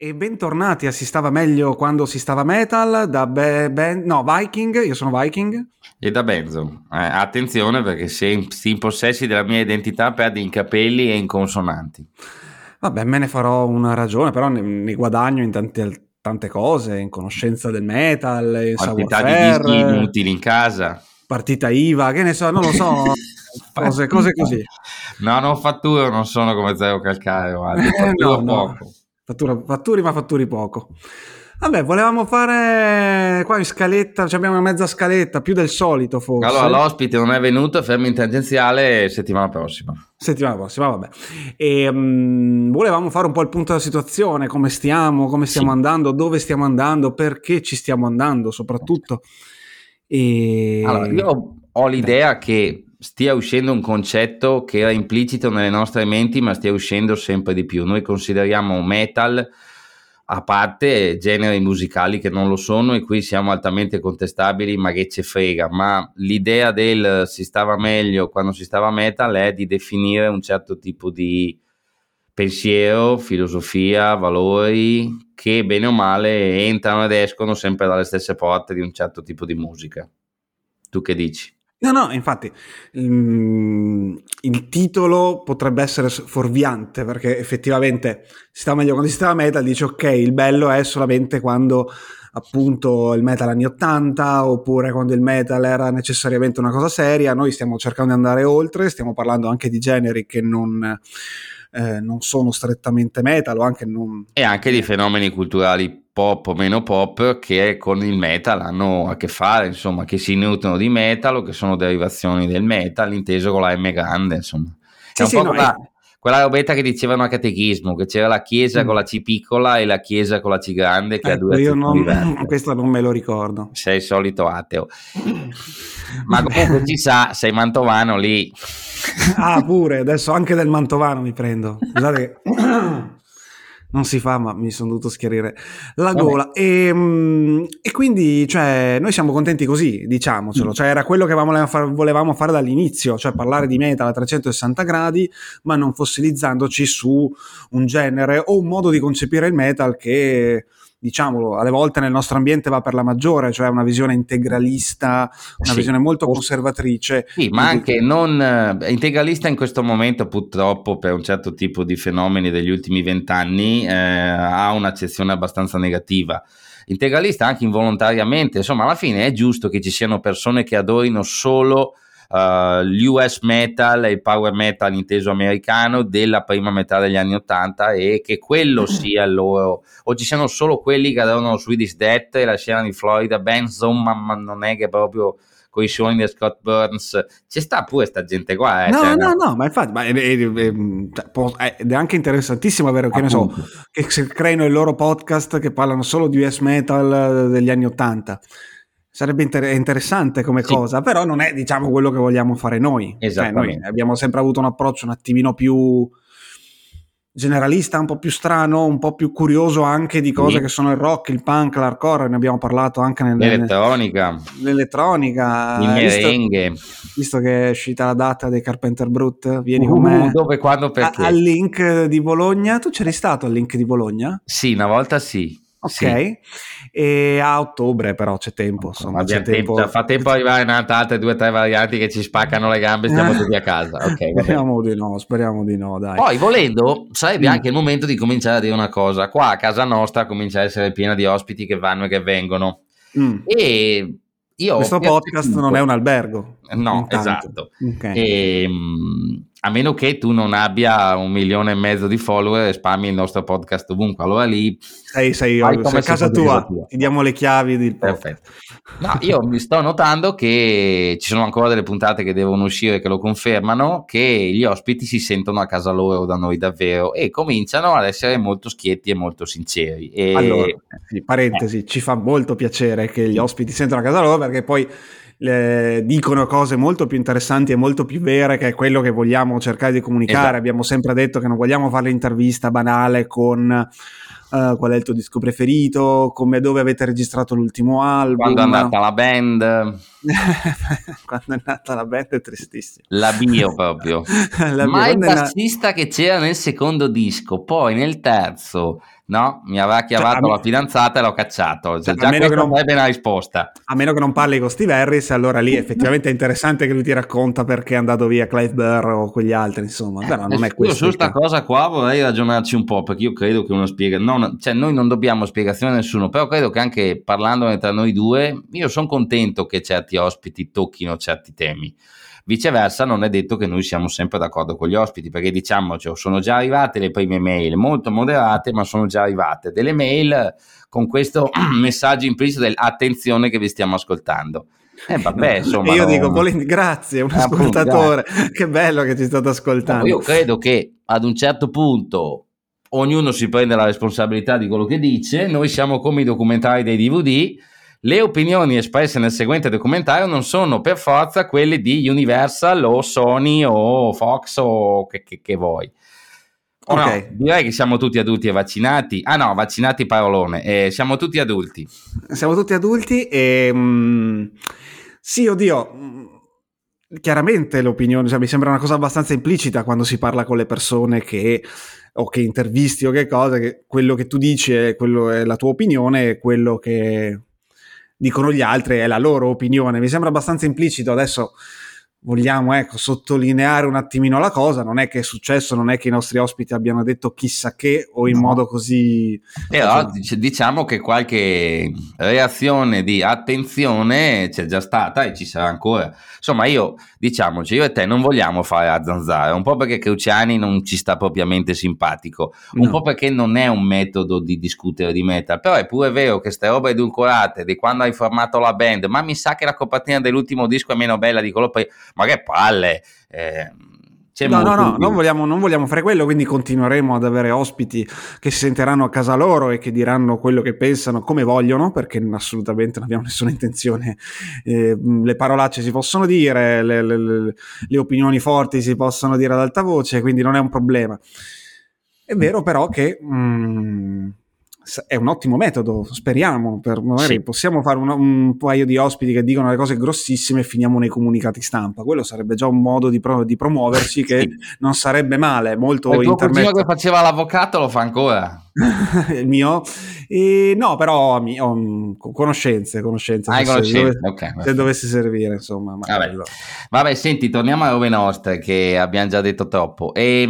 E bentornati a Si stava meglio quando si stava metal da Viking, io sono Viking. E da Benzo, attenzione perché se si impossessi della mia identità perdi in capelli e in consonanti. Vabbè, me ne farò una ragione, però ne guadagno in tante cose, in conoscenza del metal, in Quantità di dischi savoir-faire, inutili in casa. partita IVA, che ne so, non lo so, cose così. No, non fatturo, non sono come Zero Calcare, guarda, fatturo No, poco. fatturi poco. Vabbè, volevamo fare qua in scaletta, abbiamo una mezza scaletta, più del solito Allora, forse. l'ospite non è venuto, fermo in tangenziale settimana prossima. Settimana prossima, vabbè. E volevamo fare un po' il punto della situazione, come stiamo Sì. andando, dove stiamo andando, perché ci stiamo andando soprattutto. Allora, io ho l'idea che stia uscendo un concetto che era implicito nelle nostre menti, ma stia uscendo sempre di più. Noi consideriamo metal, a parte generi musicali che non lo sono, e qui siamo altamente contestabili, ma che ce frega. Ma l'idea del si stava meglio quando si stava metal è di definire un certo tipo di pensiero, filosofia, valori che bene o male entrano ed escono sempre dalle stesse porte di un certo tipo di musica. Tu che dici? No, infatti il titolo potrebbe essere fuorviante perché effettivamente si sta meglio quando si stava metal, dice ok, il bello è solamente quando appunto il metal anni 80 oppure quando il metal era necessariamente una cosa seria. Noi stiamo cercando di andare oltre, stiamo parlando anche di generi che non sono strettamente metal o anche non... E anche di fenomeni culturali pop o meno pop che con il metal hanno a che fare, insomma, che si nutrono di metal o che sono derivazioni del metal, inteso con la M grande, insomma. È un Sì, po' no, quella robetta che dicevano a catechismo, che c'era la chiesa con la C piccola e la chiesa con la C grande, che ha due ecco, io accezioni diverse. questo non me lo ricordo. Sei il solito ateo. Ma comunque ci sa, sei mantovano lì. Ah, pure, adesso anche del mantovano mi prendo. Scusate che non si fa, ma mi sono dovuto schiarire la Vabbè. gola. E quindi, cioè, noi siamo contenti così, diciamocelo. Cioè, era quello che volevamo fare dall'inizio, cioè parlare di metal a 360 gradi, ma non fossilizzandoci su un genere o un modo di concepire il metal che, diciamolo, alle volte nel nostro ambiente va per la maggiore, cioè una visione integralista, una Sì. visione molto conservatrice. Sì, ma anche non integralista in questo momento, purtroppo, per un certo tipo di fenomeni degli ultimi 20 anni, ha un'accezione abbastanza negativa. Integralista anche involontariamente, insomma, alla fine è giusto che ci siano persone che adorino solo l'US metal e il power metal inteso americano della prima metà degli anni 80 e che quello sia il loro, o ci siano solo quelli che adorano Swedish Death e la scena di Florida Band, insomma, ma non è che proprio con i suoni di Scott Burns ci sta pure sta gente qua, No, cioè, no, ma infatti ed è anche interessantissimo avere, che ne so, appunto. che se creino il loro podcast che parlano solo di US metal degli anni 80. Sarebbe interessante come Sì, cosa, però non è, diciamo, quello che vogliamo fare noi. Cioè, noi esattamente. abbiamo sempre avuto un approccio un attimino più generalista, un po' più strano, un po' più curioso anche di cose Sì. che sono il rock, il punk, l'hardcore, ne abbiamo parlato anche L'elettronica, nell'elettronica. il merengue, Visto che è uscita la data dei Carpenter Brut, vieni con me dove, quando, al perché? Link di Bologna. Tu c'eri stato al Link di Bologna? Sì, una volta sì, sì. Ok, e a ottobre però c'è tempo, insomma, c'è Abbiamo tempo, tempo. fa tempo ad arrivare in altre 2 o 3 varianti che ci spaccano le gambe e stiamo tutti a casa. Ok, va bene. Speriamo di no, dai. Poi, volendo, sarebbe Mm. anche il momento di cominciare a dire una cosa. Qua a casa nostra comincia a essere piena di ospiti che vanno e che vengono. Mm. E io ho Questo podcast non è percepito. un albergo, No, intanto. esatto. Ok. A meno che tu non abbia 1,5 milioni di follower e spammi il nostro podcast ovunque. Allora lì Sei fai sei come a se casa fosse casa tua, tua. ti diamo le chiavi del podcast. Perfetto. No, io mi sto notando che ci sono ancora delle puntate che devono uscire che lo confermano, che gli ospiti si sentono a casa loro da noi davvero e cominciano ad essere molto schietti e molto sinceri. Allora, sì, parentesi, ci fa molto piacere che gli ospiti sentano a casa loro perché poi dicono cose molto più interessanti e molto più vere, che è quello che vogliamo cercare di comunicare. Esatto. Abbiamo sempre detto che non vogliamo fare l'intervista banale con qual è il tuo disco preferito, come dove avete registrato l'ultimo album. Quando è andata la band? Quando è nata la band è tristissimo. La bio proprio. Ma il bassista che c'era nel secondo disco, poi nel terzo No, mi aveva chiamato la fidanzata e l'ho cacciato. Già questa sarebbe una risposta. A meno che non parli con Steve Harris, allora lì effettivamente è interessante che lui ti racconta perché è andato via Clive Burr o quegli altri, insomma. Però non è questo. Io su questa cosa qua vorrei ragionarci un po', perché io credo che noi non dobbiamo spiegazione a nessuno, però credo che anche parlandone tra noi due, io sono contento che certi ospiti tocchino certi temi. Viceversa, non è detto che noi siamo sempre d'accordo con gli ospiti, perché diciamoci, sono già arrivate le prime mail molto moderate, ma sono già arrivate delle mail con questo messaggio implicito dell'attenzione che vi stiamo ascoltando. Vabbè, insomma, e io dico, grazie, un ascoltatore, che bello che ci state ascoltando. No, io credo che ad un certo punto ognuno si prende la responsabilità di quello che dice, noi siamo come i documentari dei DVD. Le opinioni espresse nel seguente documentario non sono per forza quelle di Universal o Sony o Fox o che vuoi. Okay. No, direi che siamo tutti adulti e vaccinati. Ah no, vaccinati parolone. Siamo tutti adulti. Siamo tutti adulti e... sì, oddio... Chiaramente l'opinione, cioè, mi sembra una cosa abbastanza implicita quando si parla con le persone o che intervisti o che cosa, che quello che tu dici è la tua opinione e quello che dicono gli altri è la loro opinione. Mi sembra abbastanza implicito. Adesso vogliamo sottolineare un attimino la cosa, non è che è successo, non è che i nostri ospiti abbiano detto chissà che o in modo così... Però diciamo che qualche reazione di attenzione c'è già stata e ci sarà ancora. Insomma, io e te non vogliamo fare a zanzara, un po' perché Cruciani non ci sta propriamente simpatico, un po' perché non è un metodo di discutere di metal, però è pure vero che ste robe edulcorate di quando hai formato la band, ma mi sa che la copertina dell'ultimo disco è meno bella di quello prima. Ma che palle, no, non vogliamo fare quello, quindi continueremo ad avere ospiti che si sentiranno a casa loro e che diranno quello che pensano come vogliono, perché assolutamente non abbiamo nessuna intenzione. Le parolacce si possono dire, le opinioni forti si possono dire ad alta voce, quindi non è un problema. È vero però che è un ottimo metodo, speriamo, magari possiamo fare un paio di ospiti che dicono le cose grossissime e finiamo nei comunicati stampa. Quello sarebbe già un modo di promuoverci che non sarebbe male, molto il tuo cugino che faceva l'avvocato lo fa ancora? Il mio? No, però ho conoscenze se dovesse servire, insomma. Vabbè, senti, torniamo a robe nostre che abbiamo già detto troppo.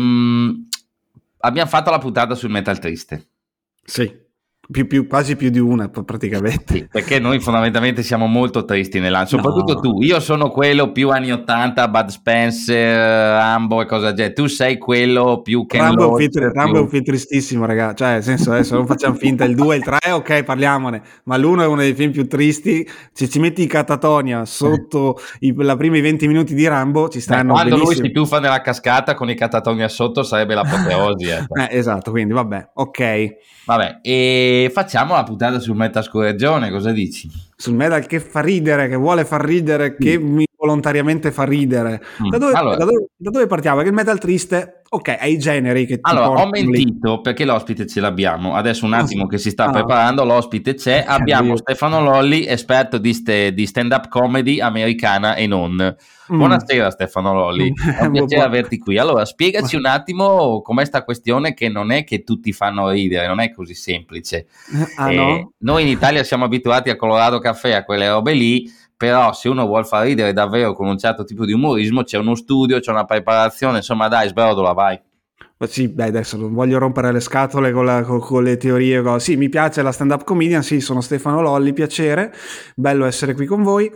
Abbiamo fatto la puntata sul metal triste. Sì. Quasi più di una praticamente, sì, perché noi fondamentalmente siamo molto tristi nell'anno, soprattutto tu. Io sono quello più anni 80, Bud Spencer, Rambo e cosa c'è. Tu sei quello più che Rambo è un film tristissimo, ragazzi, cioè nel senso, adesso non facciamo finta, il 2 e il 3 ok, parliamone, ma l'1 è uno dei film più tristi. Se ci metti i Catatonia sotto la primi 20 minuti di Rambo ci stanno quando benissimo. lui si tuffa nella cascata con i Catatonia sotto sarebbe l'apoteosi. Esatto, quindi vabbè, ok. Vabbè, e facciamo la puntata sul metal scorreggione, cosa dici? Sul metal che fa ridere, che vuole far ridere, che volontariamente fa ridere. Da dove partiamo? Perché il metal triste, ok, hai i generi che ti allora, ho mentito perché l'ospite ce l'abbiamo. Adesso un attimo che si sta preparando, l'ospite c'è. Abbiamo Stefano Lolli, esperto di stand-up comedy americana e non. Buonasera Stefano Lolli, è un piacere averti qui. Allora, spiegaci un attimo com'è sta questione, che non è che tutti fanno ridere, non è così semplice. No? Noi in Italia siamo abituati a Colorado Caffè, a quelle robe lì, però se uno vuol far ridere davvero con un certo tipo di umorismo c'è uno studio, c'è una preparazione, insomma dai, sbrodola, vai. Sì, beh, adesso non voglio rompere le scatole con le teorie. Sì, mi piace la stand-up comedian, sì, sono Stefano Lolli, piacere, bello essere qui con voi.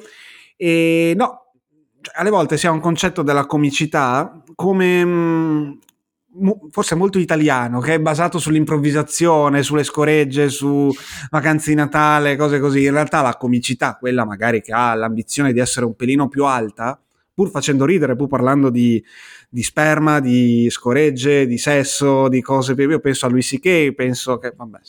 E no, alle volte si ha un concetto della comicità come forse molto italiano, che è basato sull'improvvisazione, sulle scoregge, su vacanze di Natale, cose così. In realtà la comicità, quella magari che ha l'ambizione di essere un pelino più alta, pur facendo ridere, pur parlando di sperma, di scoregge, di sesso, di cose. Io penso a Louis C.K., penso che vabbè,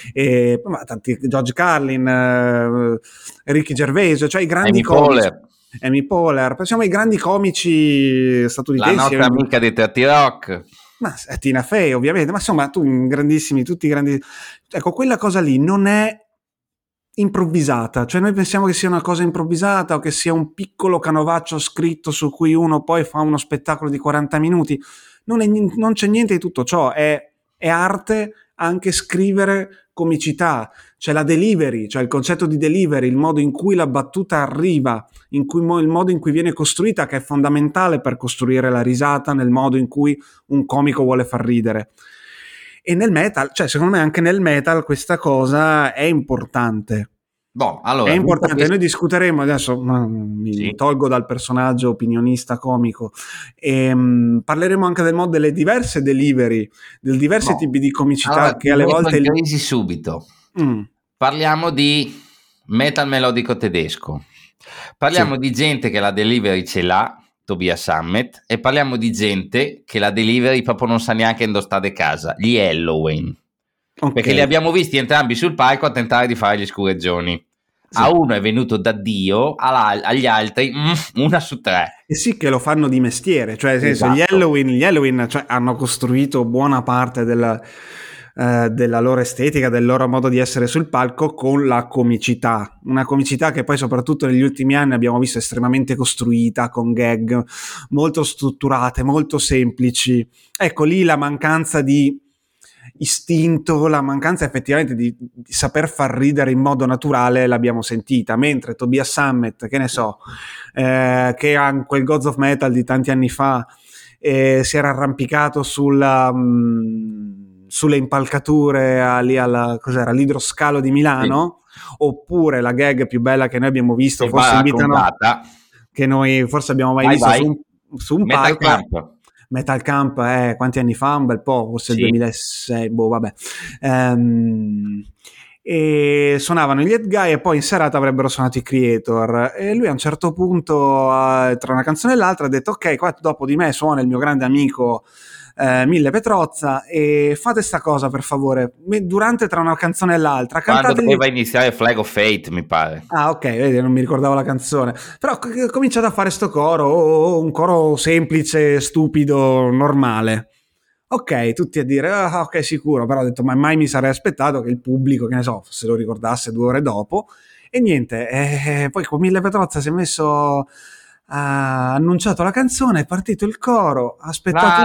ma tanti, George Carlin, Ricky Gervais, cioè i grandi comici. Amy Poehler, pensiamo ai grandi comici statunitensi. La nostra amica di Dirty Rock. Ma Tina Fey, ovviamente, ma insomma, tutti grandi. Ecco, quella cosa lì non è improvvisata, cioè noi pensiamo che sia una cosa improvvisata o che sia un piccolo canovaccio scritto su cui uno poi fa uno spettacolo di 40 minuti. Non c'è niente di tutto ciò, è arte anche scrivere comicità, c'è la delivery, cioè il concetto di delivery, il modo in cui la battuta arriva, il modo in cui viene costruita, che è fondamentale per costruire la risata, nel modo in cui un comico vuole far ridere. E nel metal, cioè secondo me anche nel metal questa cosa è importante. Boh, allora, È importante, noi discuteremo adesso, mi tolgo dal personaggio opinionista comico, e parleremo anche del modo delle diverse delivery, del diversi tipi di comicità, allora, che alle volte... crisi subito. Parliamo di metal melodico tedesco. Parliamo di gente che la delivery ce l'ha, Tobias Sammet, e parliamo di gente che la delivery proprio non sa neanche indossare casa, gli Helloween. Okay. Perché li abbiamo visti entrambi sul palco a tentare di fare gli scureggioni. Sì. A uno è venuto da Dio, agli altri una su tre. E sì, che lo fanno di mestiere, cioè nel senso, gli Helloween cioè, hanno costruito buona parte della loro estetica, del loro modo di essere sul palco con la comicità, una comicità che poi soprattutto negli ultimi anni abbiamo visto estremamente costruita, con gag molto strutturate, molto semplici. Ecco lì la mancanza di istinto, la mancanza effettivamente di saper far ridere in modo naturale l'abbiamo sentita, mentre Tobias Sammet, che ne so, che ha quel Gods of Metal di tanti anni fa, si era arrampicato sulle impalcature lì cos'era, all'idroscalo di Milano, oppure la gag più bella che noi abbiamo visto, e forse che noi forse abbiamo mai visto su un Metal palco. Camp. Metal Camp, quanti anni fa? Un bel po', forse il 2006, vabbè. E suonavano gli Head Guy e poi in serata avrebbero suonato i Creator, e lui a un certo punto, tra una canzone e l'altra, ha detto: ok, qua dopo di me suona il mio grande amico Mille Petrozza, e fate sta cosa per favore, durante tra una canzone e l'altra quando doveva iniziare Flag of Fate, mi pare. Ah, ok, vedi, non mi ricordavo la canzone, però ho cominciato a fare sto coro, un coro semplice, stupido, normale. Ok, tutti a dire ok, sicuro, però ho detto, ma mai mi sarei aspettato che il pubblico, che ne so, se lo ricordasse 2 ore dopo. E niente, poi con Mille Petrozza si è messo, ha annunciato la canzone, è partito il coro, ha aspettato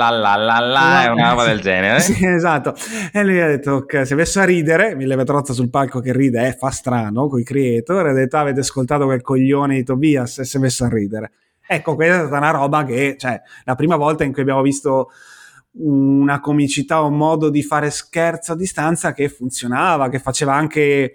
è una roba del genere. Sì, esatto. E lui ha detto, ok, si è messo a ridere, Mille Petrozza sul palco che ride, fa strano, coi Creator, e ha detto, avete ascoltato quel coglione di Tobias, e si è messo a ridere. Ecco, questa è stata una roba che, cioè, la prima volta in cui abbiamo visto una comicità, un modo di fare scherzo a distanza che funzionava, che faceva anche,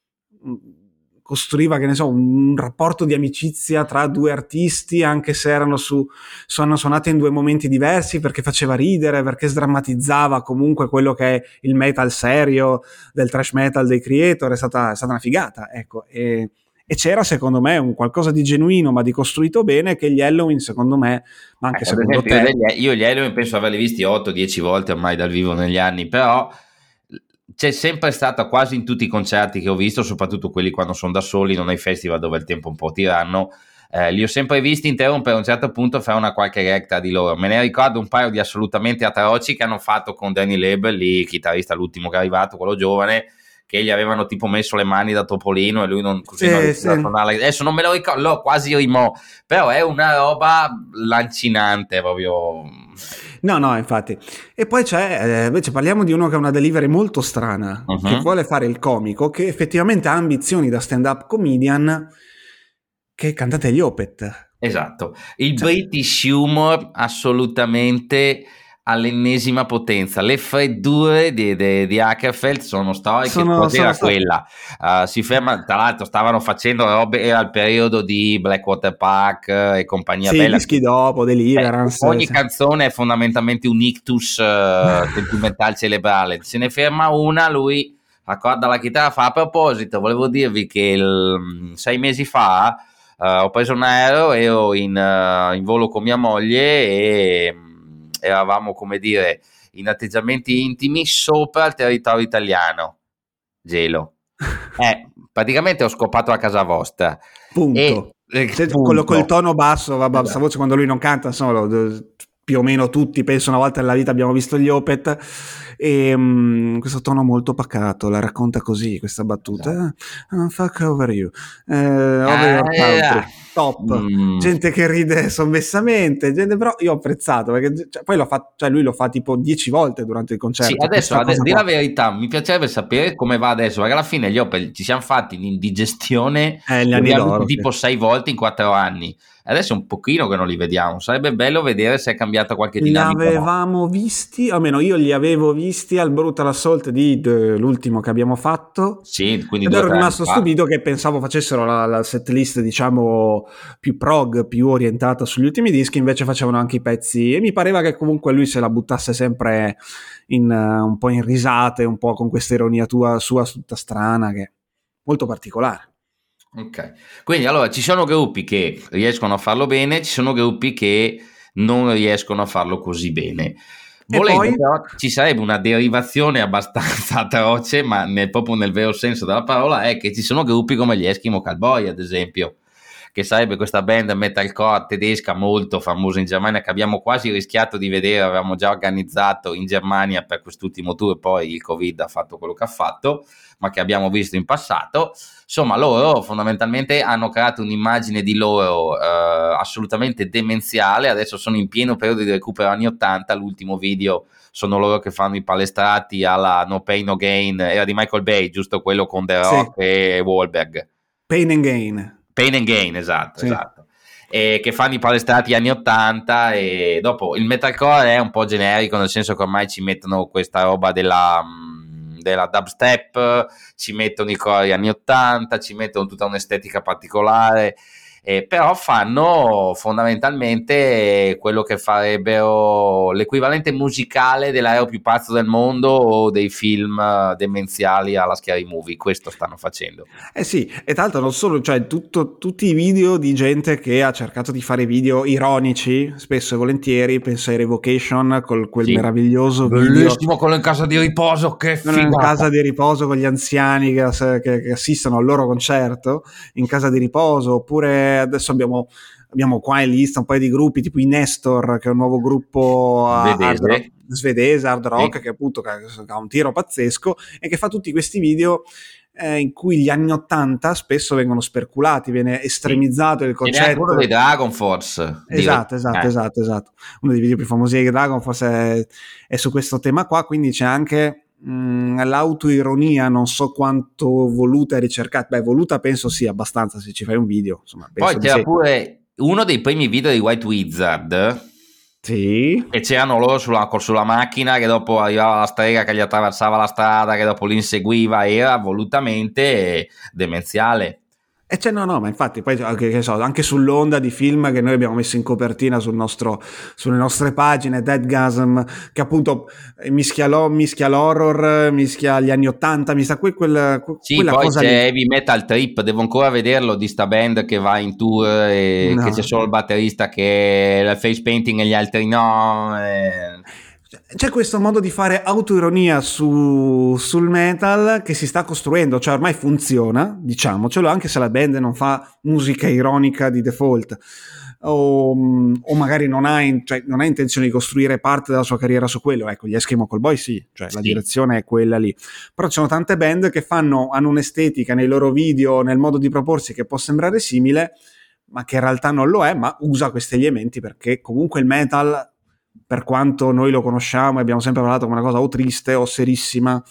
costruiva, che ne so, un rapporto di amicizia tra 2 artisti, anche se sono suonate in 2 momenti diversi, perché faceva ridere, perché sdrammatizzava comunque quello che è il metal serio del thrash metal dei Creator. È stata una figata, ecco. E c'era, secondo me, un qualcosa di genuino ma di costruito bene, che gli Helloween, secondo me, ma anche secondo te... Io gli Helloween penso averli visti 8-10 volte ormai dal vivo negli anni, però c'è sempre stata, quasi in tutti i concerti che ho visto, soprattutto quelli quando sono da soli, non ai festival dove il tempo un po' tiranno, li ho sempre visti interrompere a un certo punto, fare una qualche recta di loro. Me ne ricordo un paio di assolutamente atroci che hanno fatto con Danny Label, lì chitarrista, l'ultimo che è arrivato, quello giovane, che gli avevano tipo messo le mani da Topolino e lui non riusciva a suonare. Adesso non me lo ricordo, l'ho quasi però è una roba lancinante proprio. No, infatti. E poi c'è, invece parliamo di uno che ha una delivery molto strana, che vuole fare il comico, che effettivamente ha ambizioni da stand-up comedian, che cantate gli Opeth. Esatto, il British humor assolutamente all'ennesima potenza. Le freddure di Åkerfeldt sono storiche, era quella. Si ferma, tra l'altro stavano facendo robe, era il periodo di Blackwater Park e compagnia bella. Dischi dopo, Deliverance. Ogni canzone è fondamentalmente un ictus sentimental cerebrale. Se ne ferma una, lui accorda la chitarra, fa: a proposito, volevo dirvi che 6 mesi fa ho preso un aereo, ero in volo con mia moglie e eravamo, come dire, in atteggiamenti intimi sopra il territorio italiano. Gelo. Praticamente ho scopato a casa vostra. Punto. Col tono basso, bassa voce, quando lui non canta solo. più o meno tutti, penso una volta nella vita abbiamo visto gli Opeth, e questo tono molto pacato la racconta così, questa battuta. Esatto. Fuck over you, over your country, top, gente che ride sommessamente, gente, però io ho apprezzato perché poi lo fa, cioè lui lo fa tipo 10 volte durante il concerto. Sì, adesso di la verità mi piacerebbe sapere come va adesso, perché alla fine gli Opeth ci siamo fatti l'indigestione gli anni d'oro, tipo 6 volte in 4 anni. Adesso è un pochino che non li vediamo, sarebbe bello vedere se è cambiata qualche dinamica. Li avevamo visti, almeno io li avevo visti al Brutal Assault di l'ultimo che abbiamo fatto. Sì, quindi ed ero rimasto stupito che pensavo facessero la setlist, diciamo, più prog, più orientata sugli ultimi dischi, invece facevano anche i pezzi, e mi pareva che comunque lui se la buttasse sempre un po' in risate, un po' con questa ironia sua tutta strana, che è molto particolare. Ok, quindi allora ci sono gruppi che riescono a farlo bene, ci sono gruppi che non riescono a farlo così bene. Volendo, poi, però, ci sarebbe una derivazione abbastanza atroce, ma proprio nel vero senso della parola, è che ci sono gruppi come gli Eskimo Callboy, ad esempio, che sarebbe questa band metalcore tedesca molto famosa in Germania, che abbiamo quasi rischiato di vedere, avevamo già organizzato in Germania per quest'ultimo tour, poi il Covid ha fatto quello che ha fatto, ma che abbiamo visto in passato. Insomma, loro fondamentalmente hanno creato un'immagine di loro assolutamente demenziale. Adesso sono in pieno periodo di recupero anni 80. L'ultimo video sono loro che fanno i palestrati alla No Pain No Gain, era di Michael Bay, giusto, quello con The Rock e Wahlberg. Pain and Gain, esatto, sì. Esatto. E che fanno i palestrati anni 80, e dopo il metalcore è un po' generico, nel senso che ormai ci mettono questa roba della dubstep, ci mettono i cori anni 80, ci mettono tutta un'estetica particolare, però fanno fondamentalmente quello che farebbero l'equivalente musicale dell'aereo più pazzo del mondo o dei film demenziali alla Scary Movie. Questo stanno facendo. Sì, e tra l'altro non solo, cioè tutti i video di gente che ha cercato di fare video ironici, spesso e volentieri, penso ai Revocation con quel meraviglioso bellissimo video, quello in casa di riposo, che figata, in casa di riposo con gli anziani che assistono al loro concerto in casa di riposo, oppure adesso abbiamo qua in lista un paio di gruppi tipo i Nestor, che è un nuovo gruppo svedese hard rock, che appunto ha un tiro pazzesco e che fa tutti questi video in cui gli anni 80 spesso vengono sperculati, viene estremizzato il concetto. Ed è uno dei Dragon Force. Esatto. Uno dei video più famosi di Dragon Force è su questo tema qua, quindi c'è anche l'autoironia, non so quanto voluta e ricercata. Voluta penso sia abbastanza, se ci fai un video, insomma. Poi c'era pure uno dei primi video di White Wizard, sì, e c'erano loro sulla macchina, che dopo arrivava la strega che gli attraversava la strada, che dopo li inseguiva, era volutamente demenziale. E c'è, no, ma infatti poi anche sull'onda di film che noi abbiamo messo in copertina sulle nostre pagine, Deadgasm, che appunto mischia l'horror, mischia gli anni 80, mischia quella poi cosa c'è lì. Heavy Metal Trip, devo ancora vederlo, di sta band che va in tour e che c'è solo il batterista che è il face painting e gli altri no. C'è questo modo di fare autoironia sul metal che si sta costruendo, cioè ormai funziona, diciamocelo, anche se la band non fa musica ironica di default, o magari non ha intenzione di costruire parte della sua carriera su quello. Ecco, gli Eskimo Callboy sì, cioè la direzione è quella lì, però ci sono tante band che hanno un'estetica nei loro video, nel modo di proporsi, che può sembrare simile, ma che in realtà non lo è, ma usa questi elementi perché comunque il metal, per quanto noi lo conosciamo e abbiamo sempre parlato come una cosa o triste o serissima,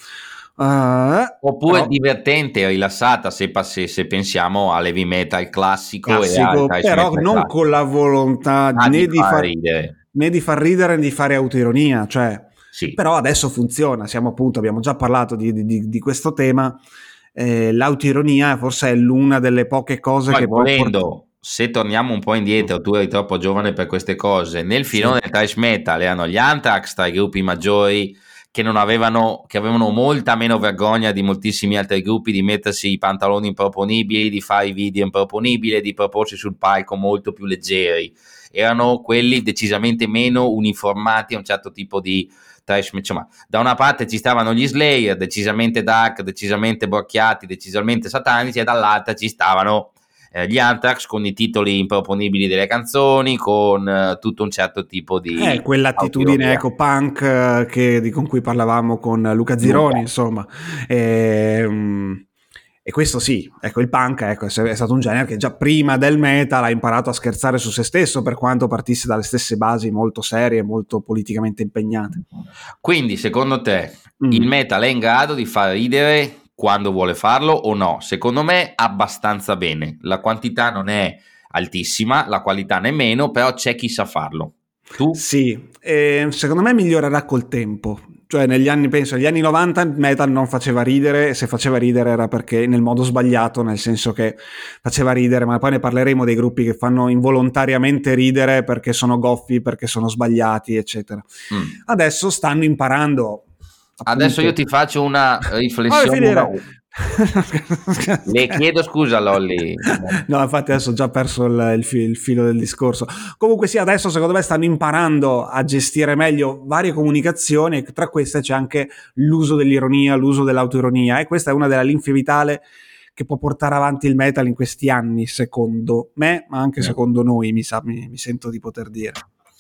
oppure però divertente, rilassata, se pensiamo all'heavy metal classico però non con la volontà né di far ridere né di fare autoironia, cioè però adesso funziona, abbiamo già parlato di questo tema, l'autoironia forse è l'una delle poche cose che volendo. Se torniamo un po' indietro, tu eri troppo giovane per queste cose, nel filone del thrash metal erano gli Anthrax tra i gruppi maggiori che avevano molta meno vergogna di moltissimi altri gruppi di mettersi i pantaloni improponibili, di fare i video improponibili, di proporsi sul palco molto più leggeri. Erano quelli decisamente meno uniformati a un certo tipo di thrash. Insomma, da una parte ci stavano gli Slayer, decisamente dark, decisamente borchiati, decisamente satanici, e dall'altra ci stavano gli Anthrax, con i titoli improponibili delle canzoni, con tutto un certo tipo di quell'attitudine eco-punk con cui parlavamo con Luca Zironi, insomma. E questo sì, ecco, il punk è stato un genere che già prima del metal ha imparato a scherzare su se stesso, per quanto partisse dalle stesse basi molto serie, molto politicamente impegnate. Quindi, secondo te, il metal è in grado di far ridere quando vuole farlo o no? Secondo me abbastanza bene. La quantità non è altissima, la qualità nemmeno, però c'è chi sa farlo. Tu? Sì, secondo me migliorerà col tempo. Cioè negli anni 90 il metal non faceva ridere, e se faceva ridere era perché nel modo sbagliato, nel senso che faceva ridere, ma poi ne parleremo dei gruppi che fanno involontariamente ridere perché sono goffi, perché sono sbagliati, eccetera. Adesso stanno imparando. Appunto. Adesso io ti faccio una riflessione. Le chiedo scusa, Lolli. No, infatti adesso ho già perso il filo del discorso. Comunque sì, adesso secondo me stanno imparando a gestire meglio varie comunicazioni, e tra queste c'è anche l'uso dell'ironia, l'uso dell'autoironia, e questa è una delle linfe vitale che può portare avanti il metal in questi anni, secondo me, ma anche secondo noi, mi sento di poter dire.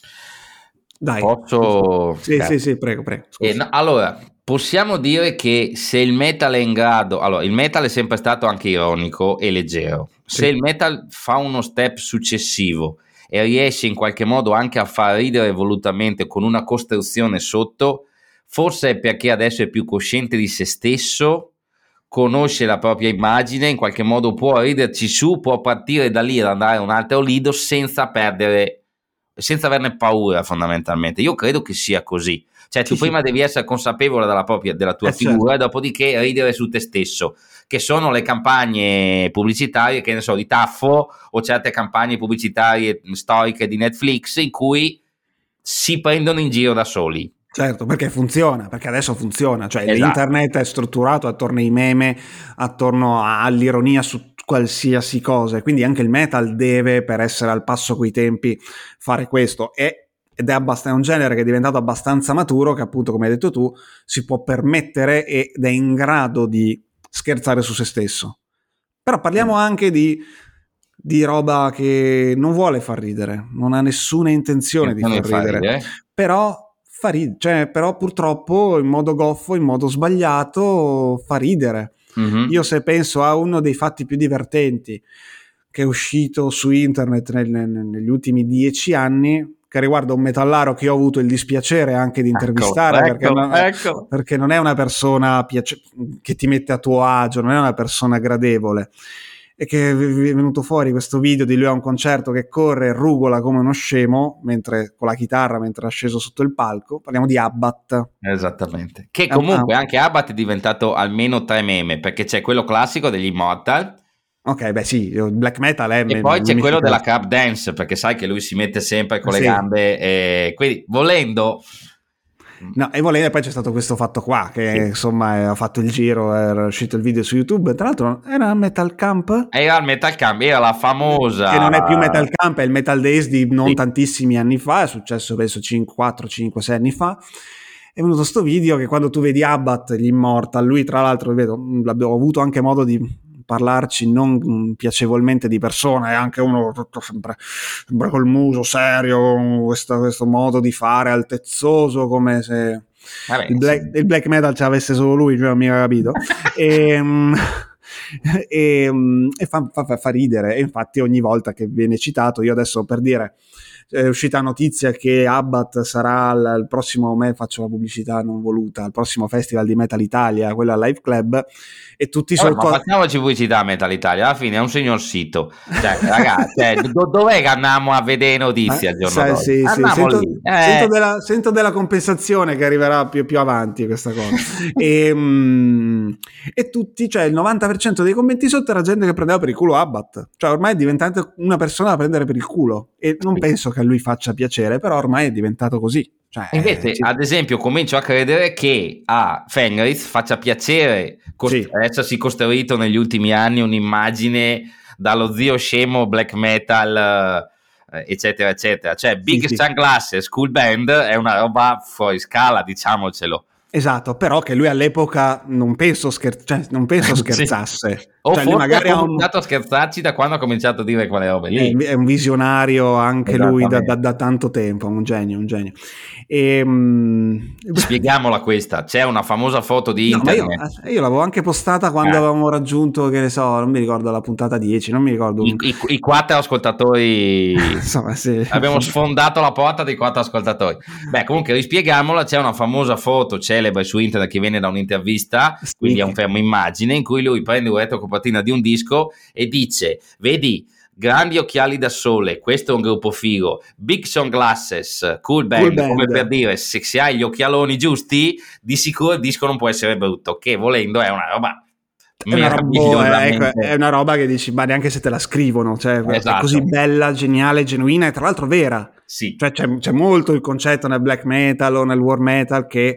Dai. Posso? Sì, prego. Allora, possiamo dire che se il metal è in grado, allora il metal è sempre stato anche ironico e leggero. Se il metal fa uno step successivo e riesce in qualche modo anche a far ridere volutamente con una costruzione sotto, forse è perché adesso è più cosciente di se stesso, conosce la propria immagine, in qualche modo può riderci su, può partire da lì ad andare a un altro lido senza averne paura, fondamentalmente. Io credo che sia così. Cioè, tu prima devi essere consapevole della tua figura, e dopodiché ridere su te stesso, che sono le campagne pubblicitarie, che ne so, di Taffo, o certe campagne pubblicitarie storiche di Netflix, in cui si prendono in giro da soli. Certo, perché adesso funziona, cioè l'internet è strutturato attorno ai meme, attorno all'ironia su qualsiasi cosa, e quindi anche il metal deve, per essere al passo coi tempi, fare questo, ed è un genere che è diventato abbastanza maturo, che appunto, come hai detto tu, si può permettere ed è in grado di scherzare su se stesso. Però parliamo anche di roba che non vuole far ridere, non ha nessuna intenzione di far ridere. Però però purtroppo in modo goffo, in modo sbagliato, fa ridere. Io se penso a uno dei fatti più divertenti che è uscito su internet negli ultimi 10 anni, che riguarda un metallaro che ho avuto il dispiacere anche di intervistare, perché non è una persona che ti mette a tuo agio, non è una persona gradevole, e che è venuto fuori questo video di lui a un concerto che corre e rugola come uno scemo con la chitarra mentre è sceso sotto il palco. Parliamo di Abbat. Esattamente. Che comunque anche Abbat è diventato almeno 3 meme, perché c'è quello classico degli Immortal. Ok, beh sì, il black metal è... E poi c'è quello della crab dance, perché sai che lui si mette sempre con le gambe, e quindi volendo... No, e poi c'è stato questo fatto qua che insomma ha fatto il giro, era uscito il video su YouTube, tra l'altro era Metal Camp? Era il Metal Camp, era la famosa, che non è più Metal Camp, è il Metal Days di non tantissimi anni fa, è successo penso 4, 5, 6 anni fa. È venuto sto video che quando tu vedi Abbat, gli Immortal, lui tra l'altro l'abbiamo avuto anche modo di parlarci non piacevolmente di persona, è anche uno sempre col muso serio, questo modo di fare altezzoso, come se il black metal ce l'avesse solo lui, cioè non mi aveva capito. e fa ridere, e infatti ogni volta che viene citato, io adesso, per dire, è uscita la notizia che Abbat sarà al prossimo, faccio la pubblicità non voluta, al prossimo festival di Metal Italia, quello al Live Club, e tutti sotto... Ma facciamoci pubblicità a Metal Italia, alla fine è un signor sito, cioè, ragazzi, dov'è che andiamo a vedere notizie al giorno d'oggi? Sento della compensazione che arriverà più avanti questa cosa. E tutti, cioè il 90% dei commenti sotto era gente che prendeva per il culo Abbat, cioè ormai è diventata una persona da prendere per il culo, e non penso che a lui faccia piacere, però ormai è diventato così. Cioè, invece, ad esempio, comincio a credere che a Fenris faccia piacere essersi costruito negli ultimi anni un'immagine dallo zio scemo black metal, eccetera eccetera, cioè Big Sunglasses School Band è una roba fuori scala, diciamocelo. Esatto, però che lui all'epoca non penso scherzasse. Sì. O cioè, forse magari ha cominciato a scherzarci da quando ha cominciato a dire quelle robe lì. È un visionario anche lui da tanto tempo, un genio. Spieghiamola questa, c'è una famosa foto di internet. Ma io l'avevo anche postata quando avevamo raggiunto, che ne so, non mi ricordo, la puntata 10, non mi ricordo. I 4 ascoltatori. Insomma, sì. Abbiamo sfondato la porta dei 4 ascoltatori. Beh, comunque rispieghiamola, c'è una famosa foto celebre su internet che viene da un'intervista, Sì. quindi è un fermo immagine, in cui lui prende un retrocopertina di un disco e dice: vedi, grandi occhiali da sole, questo è un gruppo figo, big sunglasses, cool band. Come per dire, se hai gli occhialoni giusti, di sicuro il disco non può essere brutto, che volendo è una roba è una roba che dici, ma neanche se te la scrivono, cioè, esatto. È così bella, geniale, genuina e tra l'altro vera. Sì. Cioè, c'è molto il concetto nel black metal o nel war metal che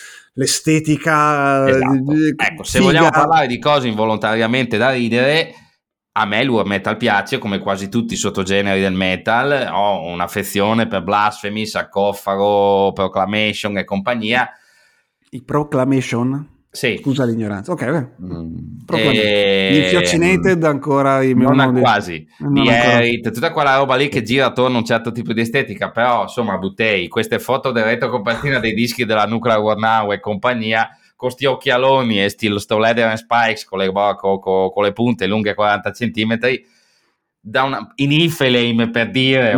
l'estetica, esatto. Ecco, se vogliamo parlare di cose involontariamente da ridere, a me il war metal piace, come quasi tutti i sottogeneri del metal. Ho un'affezione per Blasphemy, Sarcofago, Proclamation e compagnia. I Proclamation? Sì. Scusa l'ignoranza. Ok, Gli Infioccinated ancora quasi. Tutta quella roba lì che gira attorno a un certo tipo di estetica, però insomma buttei queste foto del retrocopertina dei dischi della Nuclear War Now e compagnia, con sti occhialoni e sto leather and spikes con le punte lunghe 40 centimetri, in Iflame, per dire,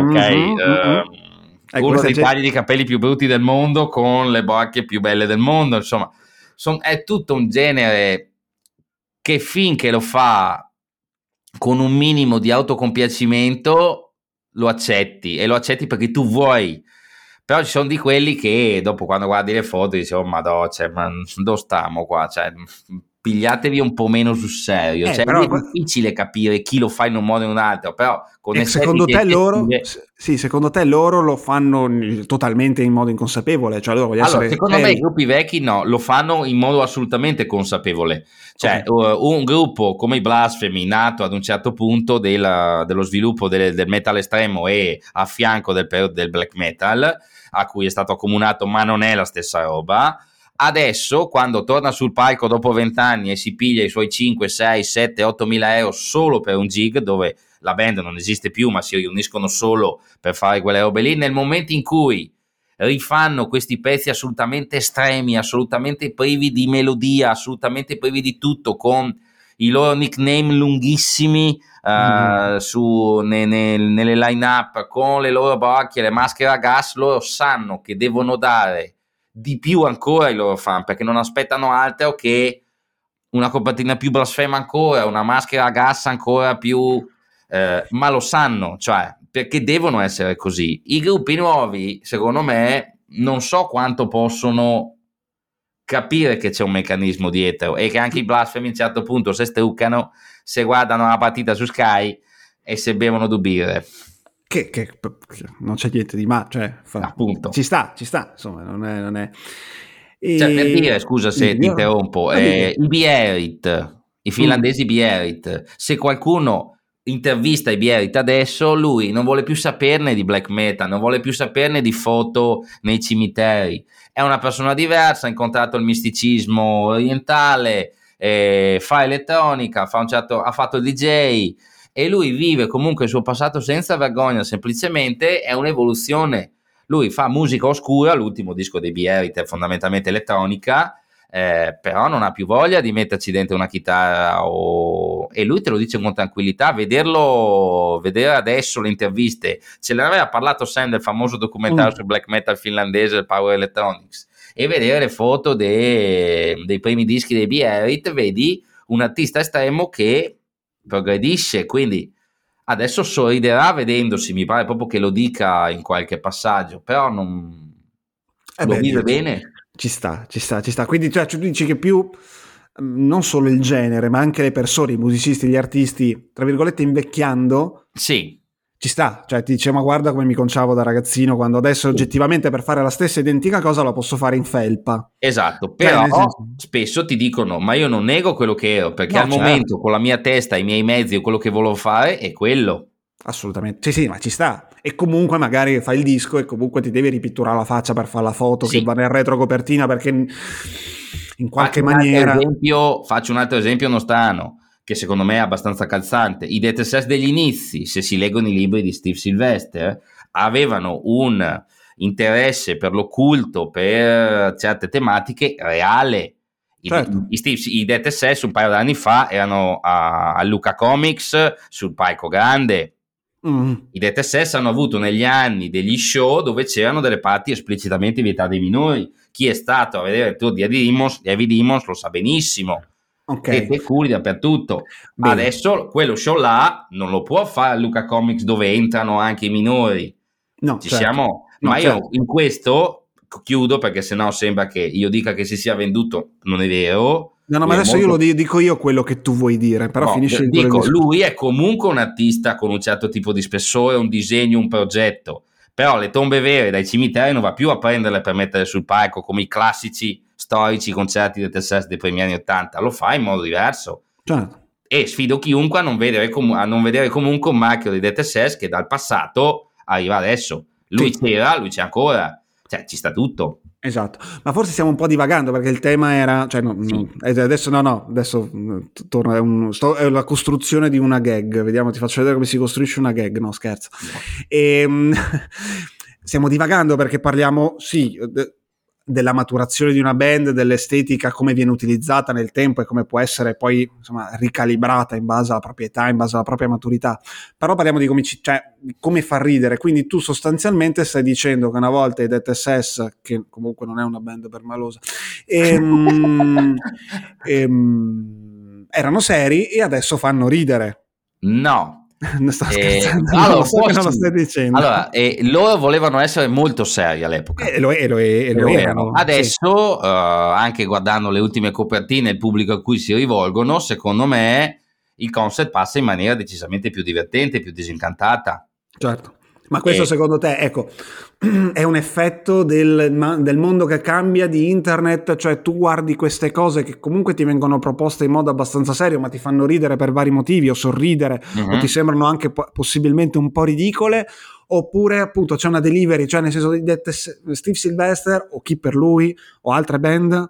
uno dei tagli di capelli più brutti del mondo con le borchie più belle del mondo, insomma è tutto un genere che finché lo fa con un minimo di autocompiacimento lo accetti, e lo accetti perché tu vuoi. Però ci sono di quelli che dopo, quando guardi le foto, dici: oh madò, ma dove stiamo qua? Cioè, pigliatevi un po' meno sul serio. È difficile capire chi lo fa in un modo o in un altro, però con secondo te loro lo fanno totalmente in modo inconsapevole? Cioè, secondo me i gruppi vecchi lo fanno in modo assolutamente consapevole. Cioè, un gruppo come i Blasphemy, nato ad un certo punto dello sviluppo del metal estremo e a fianco del periodo del black metal, a cui è stato accomunato, ma non è la stessa roba. Adesso, quando torna sul palco dopo 20 anni e si piglia i suoi 5, 6, 7, 8 mila euro solo per un gig, dove la band non esiste più, ma si riuniscono solo per fare quelle robe lì, nel momento in cui rifanno questi pezzi assolutamente estremi, assolutamente privi di melodia, assolutamente privi di tutto, con i loro nickname lunghissimi nelle line-up, con le loro borchie, le maschere a gas, loro sanno che devono dare di più ancora ai loro fan, perché non aspettano altro che una copertina più blasfema ancora, una maschera a gas ancora più, ma lo sanno, cioè, perché devono essere così. I gruppi nuovi, secondo me, non so quanto possono capire che c'è un meccanismo dietro, e che anche i Blasphemy a un certo punto se struccano, se guardano la partita su Sky e se bevono due birre. Che non c'è niente di male, cioè, appunto, ci sta, insomma, non è. Cioè, per dire, scusa se ti interrompo, i Bierit, i finlandesi Bierit, se qualcuno intervista i Bierit adesso, lui non vuole più saperne di black metal, non vuole più saperne di foto nei cimiteri, è una persona diversa, ha incontrato il misticismo orientale, fa elettronica, ha fatto il DJ, e lui vive comunque il suo passato senza vergogna, semplicemente è un'evoluzione. Lui fa musica oscura, l'ultimo disco dei Bierit è fondamentalmente elettronica, però non ha più voglia di metterci dentro una chitarra, e lui te lo dice con tranquillità. Vedere adesso le interviste, ce ne aveva parlato Sam del famoso documentario sul black metal finlandese, il Power Electronics, e vedere le foto dei primi dischi dei Bierit, vedi un artista estremo che progredisce, quindi adesso sorriderà vedendosi, mi pare proprio che lo dica in qualche passaggio, però non lo vive bene. Ci sta. Quindi cioè, tu dici che più non solo il genere, ma anche le persone, i musicisti, gli artisti, tra virgolette, invecchiando. Sì. Ci sta, cioè ti dice: ma guarda come mi conciavo da ragazzino, quando adesso oggettivamente per fare la stessa identica cosa la posso fare in felpa. Esatto, però spesso ti dicono: ma io non nego quello che ero, perché al momento con la mia testa, i miei mezzi, quello che volevo fare è quello. Assolutamente, sì, ma ci sta. e comunque magari fai il disco e comunque ti devi ripitturare la faccia per fare la foto Sì. che va nel retrocopertina, perché in qualche maniera... Faccio un altro esempio nostrano, che secondo me è abbastanza calzante. I Death SS degli inizi, se si leggono i libri di Steve Sylvester, avevano un interesse per l'occulto, per certe tematiche reale. Certo. I Death SS un paio di anni fa erano a Luca Comics sul palco grande. I Death SS hanno avuto negli anni degli show dove c'erano delle parti esplicitamente vietate ai minori. Chi è stato a vedere il tour di Heavy Demons lo sa benissimo. Tette e culi dappertutto. Bene. Adesso quello show là non lo può fare Luca Comics dove entrano anche i minori. No, ci siamo. Ma io in questo chiudo, perché sennò sembra che io dica che si sia venduto. Non è vero. No, ma adesso io lo dico io quello che tu vuoi dire, però no, finisce il dico, lui è comunque un artista con un certo tipo di spessore, un disegno, un progetto, però le tombe vere dai cimiteri non va più a prenderle per mettere sul palco come i classici storici concerti del TSS dei primi anni 80, lo fa in modo diverso. Certo. E sfido chiunque a non vedere comunque un marchio di DTSS che dal passato arriva adesso. Lui c'era, lui c'è ancora, cioè ci sta tutto. Esatto, ma forse stiamo un po' divagando, perché il tema era, cioè adesso torno, è la costruzione di una gag, vediamo, ti faccio vedere come si costruisce una gag, no scherzo. Stiamo divagando perché parliamo, della maturazione di una band, dell'estetica, come viene utilizzata nel tempo e come può essere poi insomma ricalibrata in base alla propria età, in base alla propria maturità, però parliamo di come far ridere. Quindi tu sostanzialmente stai dicendo che una volta i Death SS, che comunque non è una band permalosa, erano seri e adesso fanno ridere. No. Non sto scherzando, allora, non lo stai dicendo. Allora, loro volevano essere molto seri all'epoca. E lo erano. Adesso, anche guardando le ultime copertine, il pubblico a cui si rivolgono, secondo me il concept passa in maniera decisamente più divertente, più disincantata. Certo. Ma questo secondo te, ecco, è un effetto del mondo che cambia, di internet? Cioè tu guardi queste cose che comunque ti vengono proposte in modo abbastanza serio, ma ti fanno ridere per vari motivi, o sorridere, o ti sembrano anche possibilmente un po' ridicole, oppure appunto c'è una delivery, cioè nel senso di Steve Sylvester o chi per lui o altre band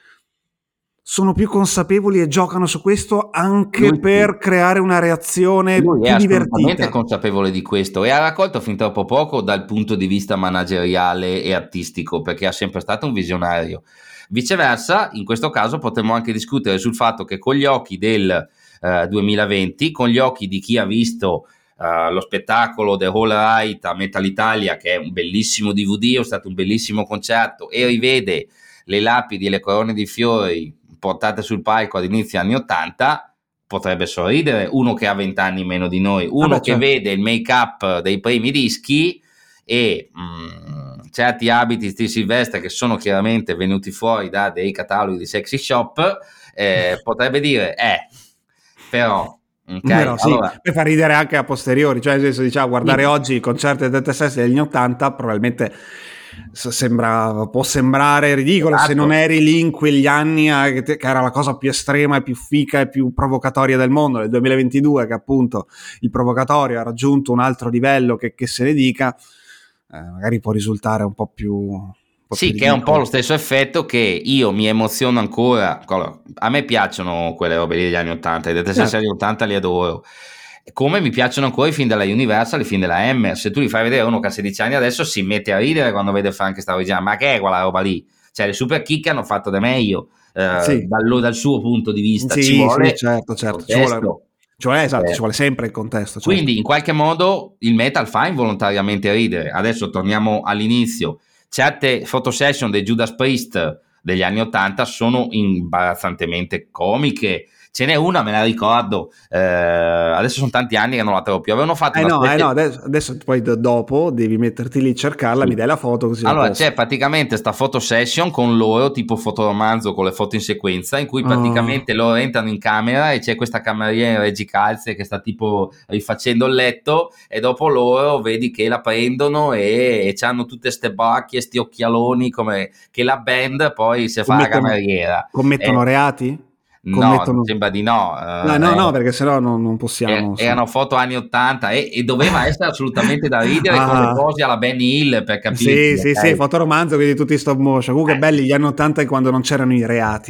sono più consapevoli e giocano su questo anche per creare una reazione più divertita. Lui è assolutamente consapevole di questo e ha raccolto fin troppo poco dal punto di vista manageriale e artistico, perché ha sempre stato un visionario. Viceversa, in questo caso potremmo anche discutere sul fatto che con gli occhi del 2020, con gli occhi di chi ha visto lo spettacolo The Whole Right a Metal Italia, che è un bellissimo DVD, è stato un bellissimo concerto, e rivede le lapidi e le corone di fiori portate sul palco ad inizio anni 80, potrebbe sorridere uno che ha 20 anni meno di noi, uno che vede il make up dei primi dischi e certi abiti di Silvestre che sono chiaramente venuti fuori da dei cataloghi di Sexy Shop, potrebbe dire però allora, per far ridere anche a posteriori, cioè nel senso, guardare oggi il concerto del DTS degli 80 probabilmente può sembrare ridicolo, esatto, se non eri lì in quegli anni che era la cosa più estrema e più fica e più provocatoria del mondo. Nel 2022 che appunto il provocatorio ha raggiunto un altro livello che se ne dica, magari può risultare un po' più sì, che è un po' lo stesso effetto che io mi emoziono ancora. A me piacciono quelle robe lì degli anni 80, i DTS anni 80 li adoro, come mi piacciono ancora i film della Universal, i film della Hammer. Se tu li fai vedere uno che ha 16 anni adesso si mette a ridere quando vede Frankenstein originale, ma che è quella roba lì? Cioè le super chicche hanno fatto da meglio dal suo punto di vista. Ci vuole certo. Ci vuole sempre il contesto, certo. Quindi in qualche modo il metal fa involontariamente ridere. Adesso torniamo all'inizio. Certe fotosession dei Judas Priest degli anni 80 sono imbarazzantemente comiche. Ce n'è una, me la ricordo, adesso sono tanti anni che non la trovo più. Avevano fatto adesso poi dopo devi metterti lì, cercarla, mi dai la foto così. Allora c'è praticamente sta foto session con loro, tipo fotoromanzo con le foto in sequenza, in cui praticamente loro entrano in camera e c'è questa cameriera in reggicalze che sta tipo rifacendo il letto, e dopo loro vedi che la prendono e hanno tutte ste bacche, sti occhialoni, come che la band poi si fa la cameriera. Commettono reati? No, sembra di no. No, perché sennò non possiamo. Erano foto anni 80 e doveva essere assolutamente da ridere con le pose alla Benny Hill, per capirci. Sì, fotoromanzo, quindi tutti stop motion. Comunque belli gli anni 80 quando non c'erano i reati.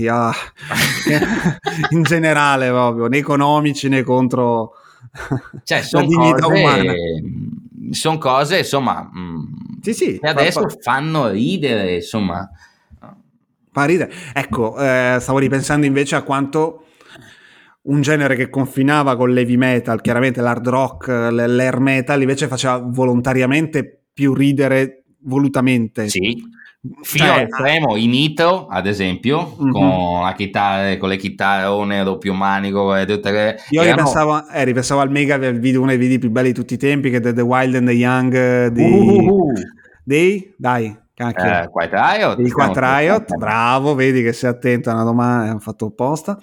In generale proprio, né economici né contro la dignità umana. Sono cose, insomma, sì, che adesso fanno ridere, insomma. Fa ridere. Ecco, stavo ripensando invece a quanto un genere che confinava con l'heavy metal, chiaramente l'hard rock, l'air metal, invece faceva volontariamente più ridere volutamente. Sì, fino all'estremo, in Nitro, ad esempio, con la chitarra, con le chitarre nero più manico. Io ripensavo al mega video, uno dei video più belli di tutti i tempi, che è The Wild and the Young dai. Quiet Riot. Il Quiet Riot, bravo, vedi che sei attento a una domanda, hanno fatto apposta.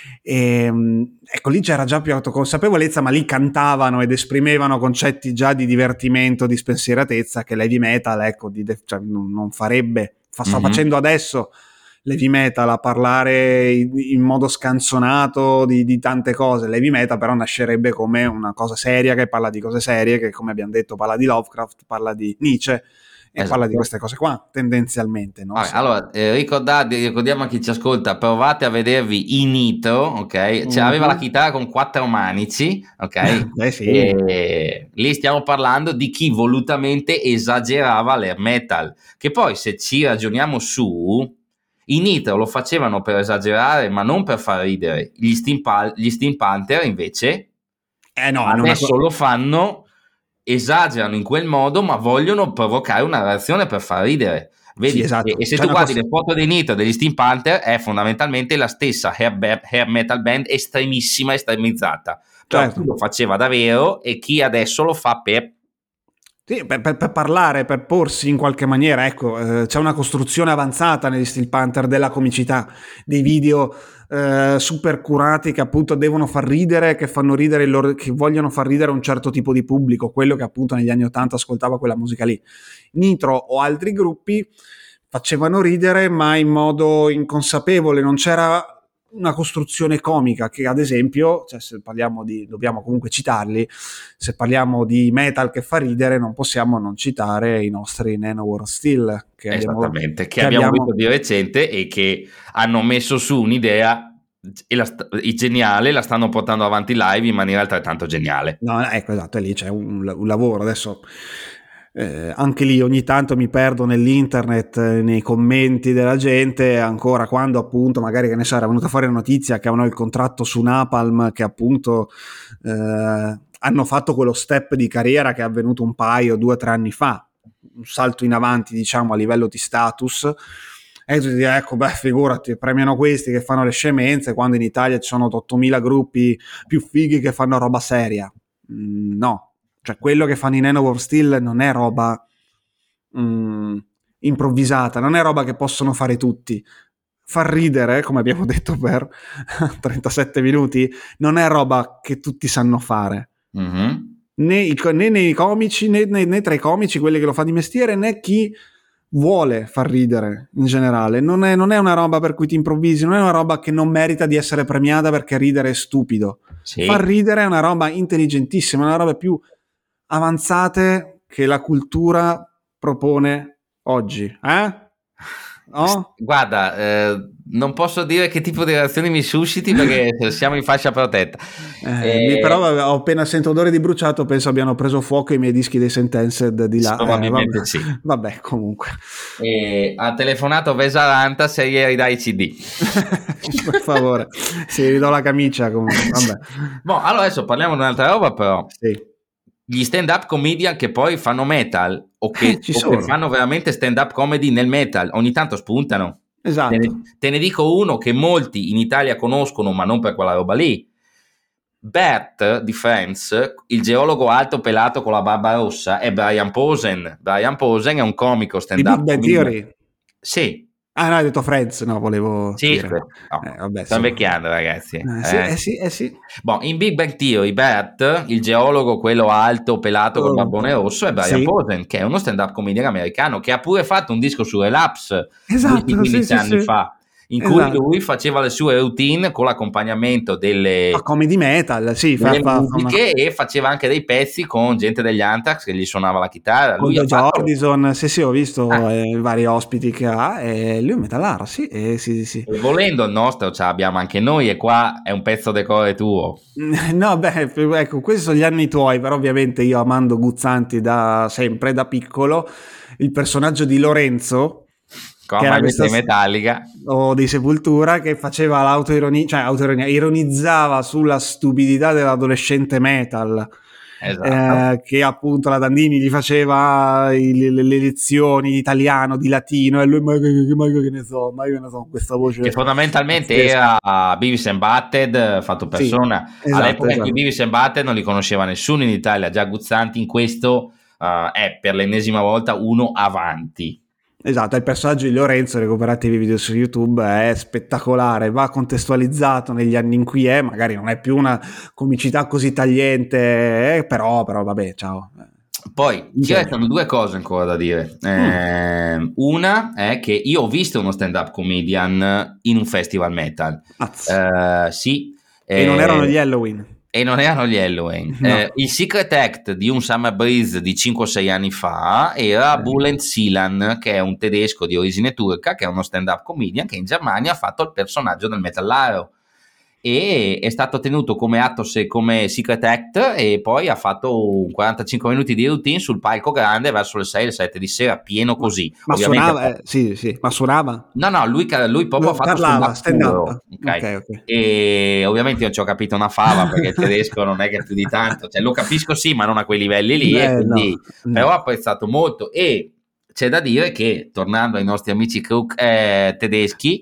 Ecco, lì c'era già più autoconsapevolezza, ma lì cantavano ed esprimevano concetti già di divertimento, di spensieratezza, che l'heavy metal, ecco, cioè, non farebbe. Sta facendo adesso l'heavy metal a parlare in modo scanzonato di tante cose. L'heavy metal però nascerebbe come una cosa seria, che parla di cose serie, che come abbiamo detto parla di Lovecraft, parla di Nietzsche, e parla di queste cose qua, tendenzialmente. No? Allora, ricordiamo a chi ci ascolta, provate a vedervi in Nitro, ok? Cioè, aveva la chitarra con 4 manici, ok? Sì. E lì stiamo parlando di chi volutamente esagerava l'air metal, che poi, se ci ragioniamo su, i Nitro lo facevano per esagerare, ma non per far ridere. Gli Steam Panther, invece, adesso lo fanno, esagerano in quel modo, ma vogliono provocare una reazione per far ridere. Vedi? Sì, esatto. E se tu guardi le foto dei Nitro degli Steam Panther, è fondamentalmente la stessa hair metal band estremizzata. Però chi lo faceva davvero e chi adesso lo fa per parlare, per porsi in qualche maniera. Ecco, c'è una costruzione avanzata negli Steel Panther della comicità, dei video super curati che appunto devono far ridere, che fanno ridere che vogliono far ridere un certo tipo di pubblico, quello che appunto negli anni 80 ascoltava quella musica lì. Nitro o altri gruppi facevano ridere, ma in modo inconsapevole, non c'era una costruzione comica, che ad esempio, cioè, se parliamo dobbiamo comunque citarli, se parliamo di metal che fa ridere non possiamo non citare i nostri Manowar Steel, che abbiamo visto di recente e che hanno messo su un'idea geniale, la stanno portando avanti live in maniera altrettanto geniale. No, ecco, esatto, e lì c'è un lavoro adesso. Anche lì ogni tanto mi perdo nell'internet, nei commenti della gente, ancora quando appunto magari, che ne so, era venuta fuori la notizia che avevano il contratto su Napalm, che appunto hanno fatto quello step di carriera che è avvenuto 2 o 3 anni fa, un salto in avanti diciamo a livello di status, e tu dici ecco, figurati, premiano questi che fanno le scemenze quando in Italia ci sono 8.000 gruppi più fighi che fanno roba seria. No. Cioè, quello che fanno i Manowar Steel non è roba improvvisata, non è roba che possono fare tutti. Far ridere, come abbiamo detto per 37 minuti, non è roba che tutti sanno fare. Né nei comici, né tra i comici, quelli che lo fa di mestiere, né chi vuole far ridere in generale. Non è una roba per cui ti improvvisi, non è una roba che non merita di essere premiata perché ridere è stupido. Sì. Far ridere è una roba intelligentissima, è una roba più avanzate che la cultura propone oggi, No? Guarda, non posso dire che tipo di reazioni mi susciti perché siamo in fascia protetta. Però ho appena sento odore di bruciato, penso abbiano preso fuoco i miei dischi dei Sentenced di là. Probabilmente sì. Vabbè, comunque. Ha telefonato Vesaranta se ieri dai CD. Per favore, sì, ridò la camicia comunque. Vabbè. Allora adesso parliamo di un'altra roba però. Sì. Gli stand-up comedian che poi fanno metal o che fanno veramente stand-up comedy nel metal, ogni tanto spuntano. Esatto. Te ne dico uno che molti in Italia conoscono, ma non per quella roba lì. Bert di Friends, il geologo alto pelato con la barba rossa, è Brian Posen. Brian Posen è un comico stand-up di Big Bang Theory. Sì. Ah no, hai detto Friends, no, volevo sì, dire. Vabbè, sto invecchiando ragazzi. Sì. In Big Bang Theory Bert, il geologo, quello alto, pelato col barbone rosso, è Brian Posen, che è uno stand-up comedian americano che ha pure fatto un disco su Relapse 15 anni fa. in cui lui faceva le sue routine con l'accompagnamento delle comedy metal, sì, delle musiche, e faceva anche dei pezzi con gente degli Anthrax che gli suonava la chitarra. Con Lui ha fatto... Jordison, sì, ho visto i vari ospiti che ha, e lui è metallaro, sì, sì. E volendo il nostro, ce l'abbiamo anche noi, e qua è un pezzo decore tuo. No, beh, ecco, questi sono gli anni tuoi, però ovviamente io, amando Guzzanti da sempre, da piccolo, il personaggio di Lorenzo, con la maglietta Metallica o di Sepultura, che faceva autoironia, ironizzava sulla stupidità dell'adolescente metal. Esatto. Che appunto la Dandini gli faceva le lezioni di italiano, di latino, e lui ma che ne so, questa voce che fondamentalmente pazzesca. era Beavis and Butthead fatto persona. Sì, esatto, all'epoca in cui Beavis and Butthead non li conosceva nessuno in Italia, già Guzzanti in questo è per l'ennesima volta uno avanti. Esatto, il personaggio di Lorenzo, recuperatevi i video su YouTube, è spettacolare, va contestualizzato negli anni in cui è, magari non è più una comicità così tagliente, però vabbè, ciao. Poi ci restano due cose ancora da dire. Una è che io ho visto uno stand-up comedian in un festival metal. Sì. E non erano gli Halloween. E non erano gli Halloween. No. Il secret act di un Summer Breeze di 5-6 anni fa era Bulent Silan, che è un tedesco di origine turca, che è uno stand-up comedian che in Germania ha fatto il personaggio del metallaro. E è stato tenuto come atto come secret act, e poi ha fatto 45 minuti di routine sul palco grande verso le 6 le 7 di sera, pieno così. Ma suonava? Sì, ma suonava? No, lui proprio ha fatto stand-up. Okay. E ovviamente io non ci ho capito una fava, perché il tedesco non è che più di tanto, cioè lo capisco sì, ma non a quei livelli lì, e quindi no. Però ho apprezzato molto. E c'è da dire che, tornando ai nostri amici tedeschi.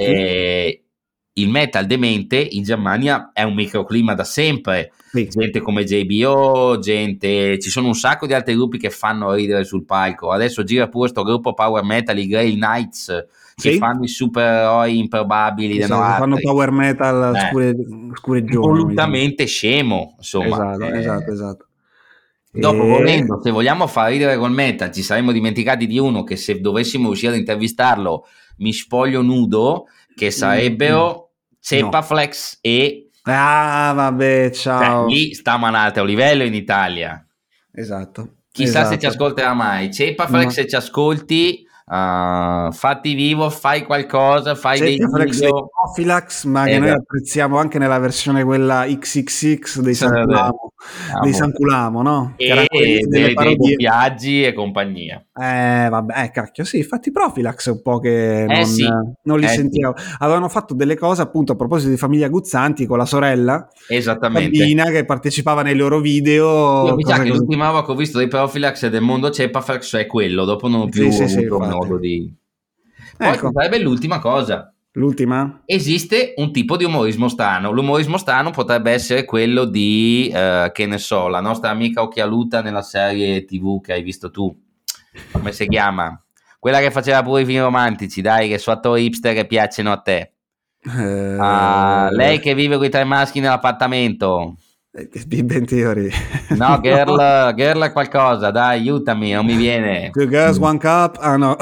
Il metal demente in Germania è un microclima da sempre, sì. Gente come JBO, ci sono un sacco di altri gruppi che fanno ridere sul palco. Adesso gira pure sto gruppo power metal, i Grail Knights, che fanno i supereroi improbabili, fanno power metal scureggione, volutamente scemo, insomma. Esatto. Dopo, volendo, se vogliamo far ridere col metal, ci saremmo dimenticati di uno che, se dovessimo riuscire ad intervistarlo, mi spoglio nudo, che sarebbero Cepaflex e... vabbè, ciao. Cioè, lì stiamo a un altro livello in Italia. Esatto. Chissà se ci ascolterà mai. Cepaflex, se ci ascolti, fatti vivo, fai qualcosa, fai dei video. Profilax, ma che noi apprezziamo anche nella versione quella XXX dei Sanculamo, no? E dei doppiaggi e compagnia. Vabbè, cacchio, sì, infatti Profilax è un po' che non li sentiamo. Sì. Avevano fatto delle cose, appunto, a proposito di famiglia Guzzanti, con la sorella Sabina, che partecipava nei loro video. Io mi sa che l'ultima volta che ho visto dei Profilax e del mondo Cepaflex è quello, dopo non ho più avuto modo di... Poi sarebbe l'ultima cosa. L'ultima? Esiste un tipo di umorismo strano. L'umorismo strano potrebbe essere quello di, che ne so, la nostra amica Occhialuta nella serie TV che hai visto tu. Come si chiama? Quella che faceva pure i film romantici, dai, che sono attori hipster che piacciono a te. Lei che vive con i 3 maschi nell'appartamento. Big Bang Theory. No, girl è qualcosa, dai, aiutami, non mi viene. Two Girls, One Cup. Ah no,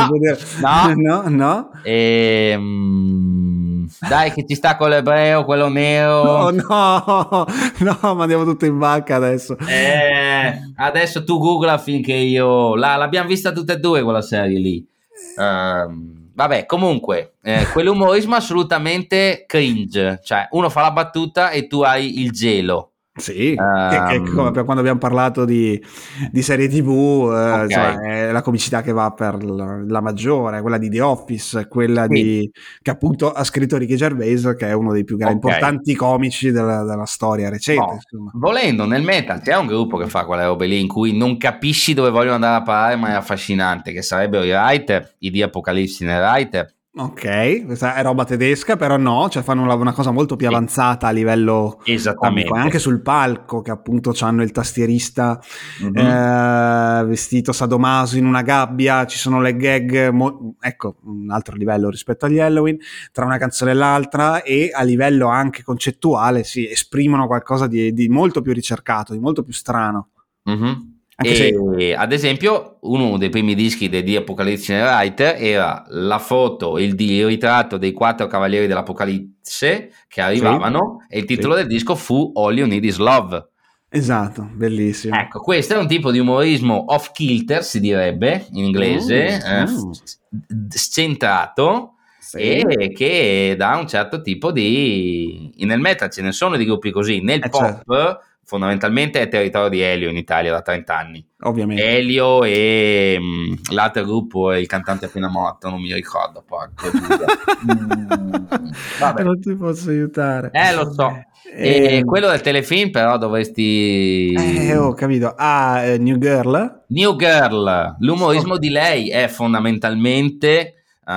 no. Dai, che ci sta con l'ebreo, quello nero. No, ma andiamo tutto in vacca adesso. Adesso tu googla finché io... L'abbiamo vista tutte e due quella serie lì. Vabbè, comunque, quell'umorismo assolutamente cringe. Cioè, uno fa la battuta e tu hai il gelo. Sì, che come quando abbiamo parlato di serie TV, insomma, è la comicità che va per la maggiore, quella di The Office, quella che appunto ha scritto Ricky Gervais, che è uno dei più importanti comici della storia recente. Volendo, nel metal c'è un gruppo che fa quelle robe lì in cui non capisci dove vogliono andare a parare, ma è affascinante, che sarebbero i Writer, i di Apocalipsi nei Writer. Ok, questa è roba tedesca, però no, cioè fanno una cosa molto più avanzata a livello comico, anche sul palco, che appunto hanno il tastierista vestito sadomaso in una gabbia, ci sono le gag, ecco, un altro livello rispetto agli Halloween, tra una canzone e l'altra, e a livello anche concettuale esprimono qualcosa di molto più ricercato, di molto più strano. E ad esempio uno dei primi dischi di Apocalipsi Writer era la foto, il ritratto dei 4 cavalieri dell'Apocalisse che arrivavano, e il titolo del disco fu All You Need Is Love. Esatto, bellissimo. Ecco, questo è un tipo di umorismo off kilter, si direbbe in inglese, scentrato, e che dà un certo tipo di... Nel metal ce ne sono di gruppi così, nel pop certo. Fondamentalmente è territorio di Elio in Italia da 30 anni. Ovviamente. Elio e l'altro gruppo è il cantante appena morto, non mi ricordo. Vabbè. Non ti posso aiutare. Lo so. E quello del telefilm però dovresti... ho capito. New Girl? New Girl. L'umorismo di lei è fondamentalmente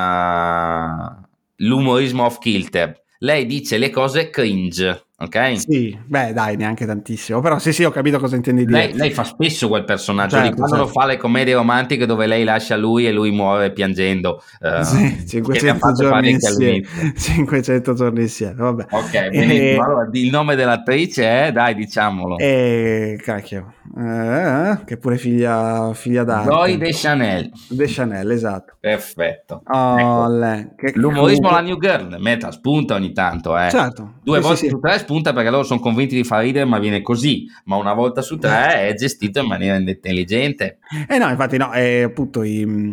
l'umorismo off kilter. Lei dice le cose cringe, ok? Sì, beh dai, neanche tantissimo, però sì, ho capito cosa intendi dire. Lei fa spesso quel personaggio lì, quando lo fa le commedie romantiche dove lei lascia lui e lui muore piangendo. Sì, 500 giorni insieme. 500 giorni insieme, vabbè. Ok, benissimo. Allora, il nome dell'attrice è, dai, diciamolo. Cacchio, che pure figlia d'arte. Zoe Deschanel. Deschanel, esatto. Perfetto. Oh, ecco. L'umorismo alla New Girl, meta spunta ogni tanto, Certo. 2 volte su 3 spunta perché loro sono convinti di far ridere, ma viene così. Ma una volta su 3 è gestito in maniera intelligente. No, infatti no, appunto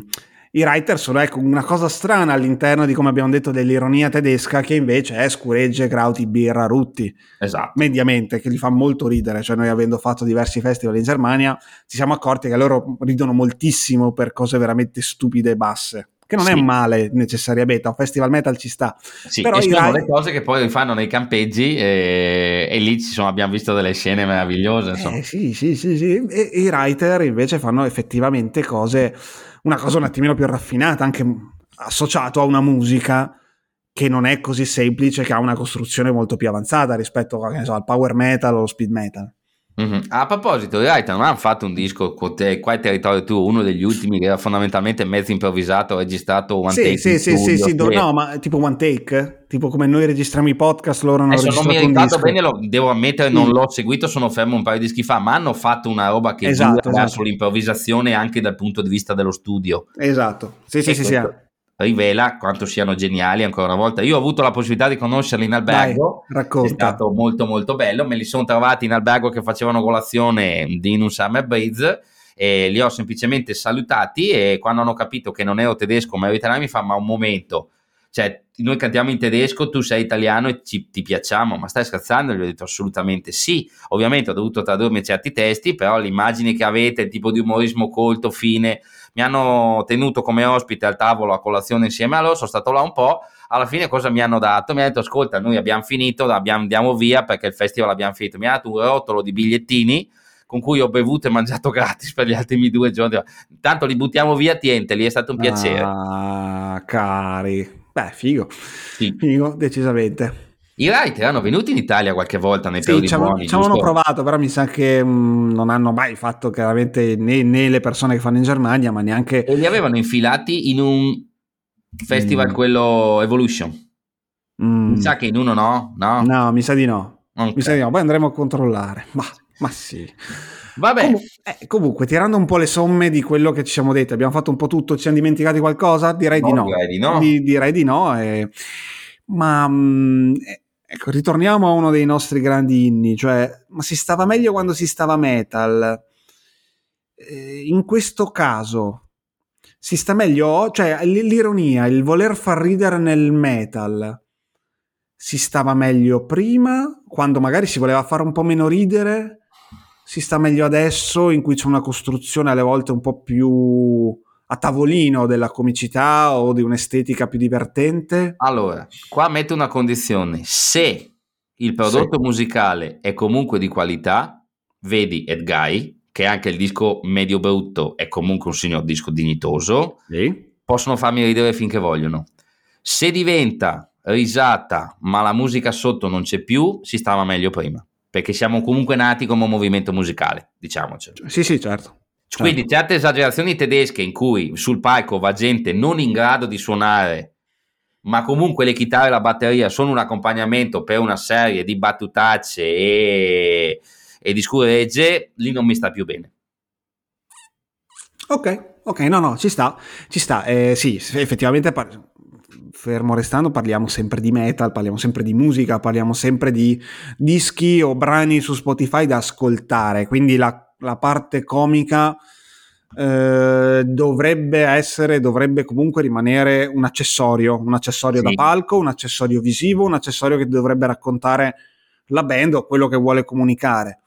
i writer sono una cosa strana all'interno di, come abbiamo detto, dell'ironia tedesca, che invece è scuregge, grauti, birra, rutti. Esatto. Mediamente, che li fa molto ridere. Cioè, noi avendo fatto diversi festival in Germania ci siamo accorti che loro ridono moltissimo per cose veramente stupide e basse, che non è male necessariamente, un festival metal ci sta. Sì, però sono le cose che poi fanno nei campeggi, e lì abbiamo visto delle scene meravigliose, insomma. Sì. E i writer invece fanno effettivamente una cosa un attimino più raffinata, anche associato a una musica che non è così semplice, che ha una costruzione molto più avanzata rispetto al power metal o allo speed metal. Mm-hmm. A proposito, i writer non hanno fatto un disco qua è territorio tuo, uno degli ultimi che era fondamentalmente mezzo improvvisato, registrato one take. Sì, no, ma tipo one take, tipo come noi registriamo i podcast, loro hanno registrato un disco. Non mi ricordo bene, devo ammettere, non l'ho seguito, sono fermo un paio di dischi fa, ma hanno fatto una roba che gira sull'improvvisazione anche dal punto di vista dello studio. Esatto, sì. Rivela quanto siano geniali ancora una volta. Io ho avuto la possibilità di conoscerli in albergo. Dai, racconta. È stato molto molto bello, me li sono trovati in albergo che facevano colazione in un Summer Breeze e li ho semplicemente salutati, e quando hanno capito che non ero tedesco ma ero italiano mi fa: ma un momento, cioè noi cantiamo in tedesco, tu sei italiano e ti piacciamo, ma stai scherzando? Gli ho detto assolutamente sì. Ovviamente ho dovuto tradurmi certi testi, però l'immagine che avete, il tipo di umorismo colto, fine, mi hanno tenuto come ospite al tavolo a colazione insieme a loro, sono stato là un po'. Alla fine cosa mi hanno dato? Mi hanno detto: ascolta, noi abbiamo finito, andiamo via perché il festival abbiamo finito. Mi ha dato un rotolo di bigliettini con cui ho bevuto e mangiato gratis per gli ultimi 2 giorni. Tanto li buttiamo via, tienteli, è stato un piacere. Cari, beh, figo, decisamente. I writer hanno venuti in Italia qualche volta nei periodi buoni. Ci avevano provato, però mi sa che non hanno mai fatto chiaramente né le persone che fanno in Germania, ma neanche... E li avevano infilati in un festival, quello Evolution. Mi sa che in uno no? No, mi sa di no. Okay. Mi sa di no, poi andremo a controllare. Ma sì. Vabbè. Comunque, tirando un po' le somme di quello che ci siamo detti, abbiamo fatto un po' tutto, ci siamo dimenticati qualcosa? Direi di no. Direi di no. Ecco, ritorniamo a uno dei nostri grandi inni, cioè, ma si stava meglio quando si stava metal? In questo caso si sta meglio, cioè l'ironia, il voler far ridere nel metal, si stava meglio prima, quando magari si voleva fare un po' meno ridere? Si sta meglio adesso, in cui c'è una costruzione alle volte un po' più a tavolino della comicità o di un'estetica più divertente? Allora, qua metto una condizione: se il prodotto musicale è comunque di qualità, vedi Ed Guy, che anche il disco medio brutto è comunque un signor disco dignitoso, possono farmi ridere finché vogliono. Se diventa risata ma la musica sotto non c'è più, si stava meglio prima, perché siamo comunque nati come un movimento musicale, diciamocelo. Sì, certo. Quindi certe esagerazioni tedesche in cui sul palco va gente non in grado di suonare, ma comunque le chitarre e la batteria sono un accompagnamento per una serie di battutacce e di scuregge, lì non mi sta più bene. Ok, no, ci sta. Sì, effettivamente, fermo restando, parliamo sempre di metal, parliamo sempre di musica, parliamo sempre di dischi o brani su Spotify da ascoltare, quindi la parte comica dovrebbe comunque rimanere un accessorio da Sì. palco, un accessorio visivo, un accessorio che dovrebbe raccontare la band o quello che vuole comunicare.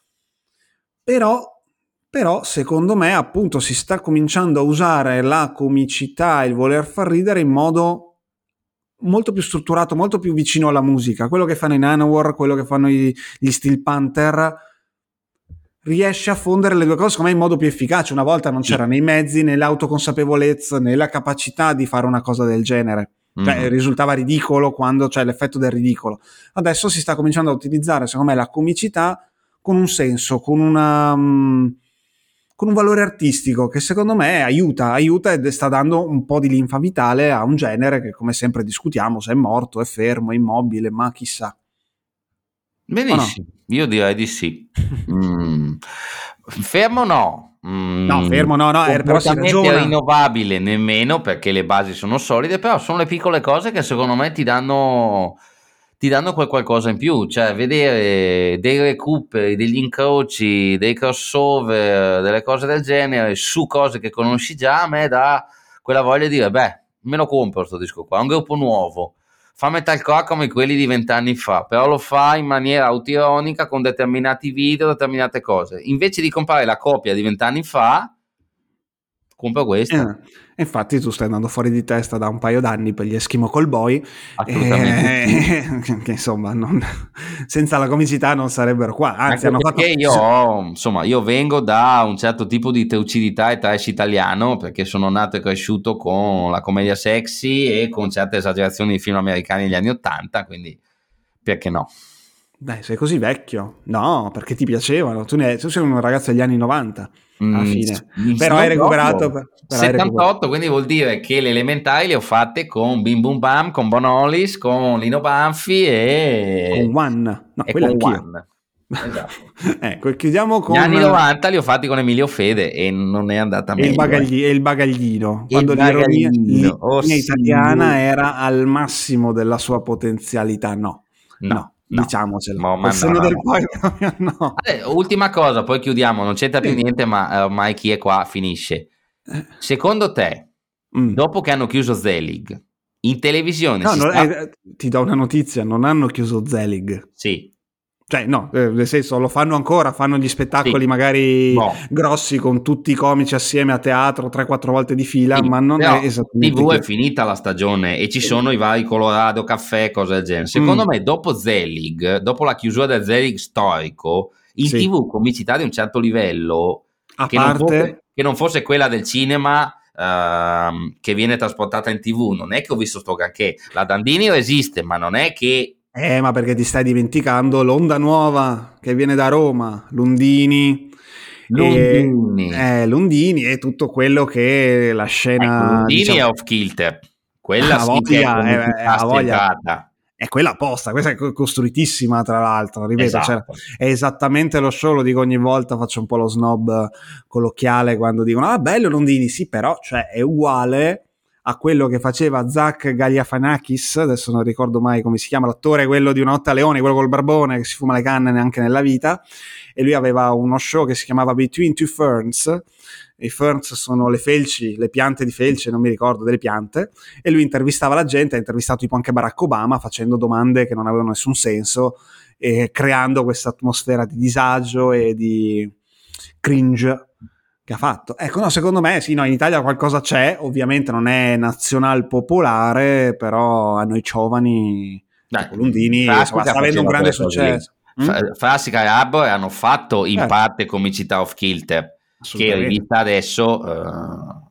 Però, secondo me, appunto, si sta cominciando a usare la comicità, il voler far ridere in modo molto più strutturato, molto più vicino alla musica. Quello che fanno i Nanowar, quello che fanno gli Steel Panther, riesce a fondere le due cose, secondo me, in modo più efficace. Una volta non c'era né i mezzi, né l'autoconsapevolezza, né la capacità di fare una cosa del genere. Cioè, risultava ridicolo quando c'è l'effetto del ridicolo. Adesso si sta cominciando a utilizzare, secondo me, la comicità con un senso, con un valore artistico che secondo me aiuta e sta dando un po' di linfa vitale a un genere che, come sempre discutiamo, se è morto, è fermo, è immobile, ma chissà. Benissimo, io direi di sì. Fermo no. No, fermo no, però si Completamente ragiona. rinnovabile nemmeno, perché le basi sono solide, però sono le piccole cose che secondo me ti danno qualcosa in più, cioè vedere dei recuperi, degli incroci, dei crossover, delle cose del genere su cose che conosci già, a me dà quella voglia di dire, beh, me lo compro sto disco qua, è un gruppo nuovo, fa metalcore come quelli di 20 anni fa, però lo fa in maniera autironica con determinati video, determinate cose. Invece di comprare la copia di 20 anni fa, compro questa. Infatti tu stai andando fuori di testa da un paio d'anni per gli Eskimo Callboy, Assolutamente sì. che insomma senza la comicità non sarebbero qua, anzi Anche hanno fatto... perché io vengo da un certo tipo di teucidità e trash italiano, perché sono nato e cresciuto con la commedia sexy e con certe esagerazioni di film americani negli anni '80, quindi perché no? Dai, sei così vecchio? No, perché ti piacevano, tu sei un ragazzo degli anni 90 alla fine, però hai recuperato... Proprio. 78, quindi vuol dire che le elementari le ho fatte con Bim Bum Bam, con Bonolis, con Lino Banfi con One, no, e quello con anch'io. One. Esatto. Ecco, chiudiamo con... Gli anni 90 li ho fatti con Emilio Fede e non è andata meglio. Il bagaglino, Il quando l'ironia bagaglino, italiana sì. era al massimo della sua potenzialità, no, No. diciamocelo. Ma Col senno del poi, no. Vabbè, ultima cosa, poi chiudiamo, non c'entra più Sì. niente, ma ormai chi è qua finisce. Secondo te, dopo che hanno chiuso Zelig, in televisione ti do una notizia, non hanno chiuso Zelig. Sì. Cioè, no, nel senso, lo fanno ancora, fanno gli spettacoli Sì. magari grossi con tutti i comici assieme a teatro 3-4 volte di fila, Sì, ma non è esattamente TV è chiuso. finita la stagione e ci sono i vari Colorado, caffè, cose del genere. Secondo me, dopo Zelig, dopo la chiusura del Zelig storico, in TV comicità di un certo livello, che non fosse quella del cinema, che viene trasportata in TV, non è che ho visto sto granché. La Dandini resiste, ma non è che... Ma perché ti stai dimenticando l'onda nuova che viene da Roma, Lundini e tutto quello che la scena... Lundini è off kilter, quella sì che è comicità steccata. È quella apposta, questa è costruitissima tra l'altro, ripeto, Esatto. È esattamente lo show, lo dico ogni volta, faccio un po' lo snob colloquiale quando dicono bello Lundini, sì però cioè, è uguale a quello che faceva Zach Galifianakis, adesso non ricordo mai come si chiama l'attore, quello di Una notte a Leone, quello col barbone che si fuma le canne neanche nella vita, e lui aveva uno show che si chiamava Between Two Ferns. I ferns sono le felci, le piante di felce, non mi ricordo, delle piante, e lui intervistava la gente, ha intervistato tipo anche Barack Obama facendo domande che non avevano nessun senso e creando questa atmosfera di disagio e di cringe che ha fatto. Ecco, no, secondo me sì, no, in Italia qualcosa c'è, ovviamente non è nazional popolare, però a noi giovani tipo Lundini sta avendo un grande successo. Frassica e Arbor hanno fatto in parte comicità off kilter, che rivista adesso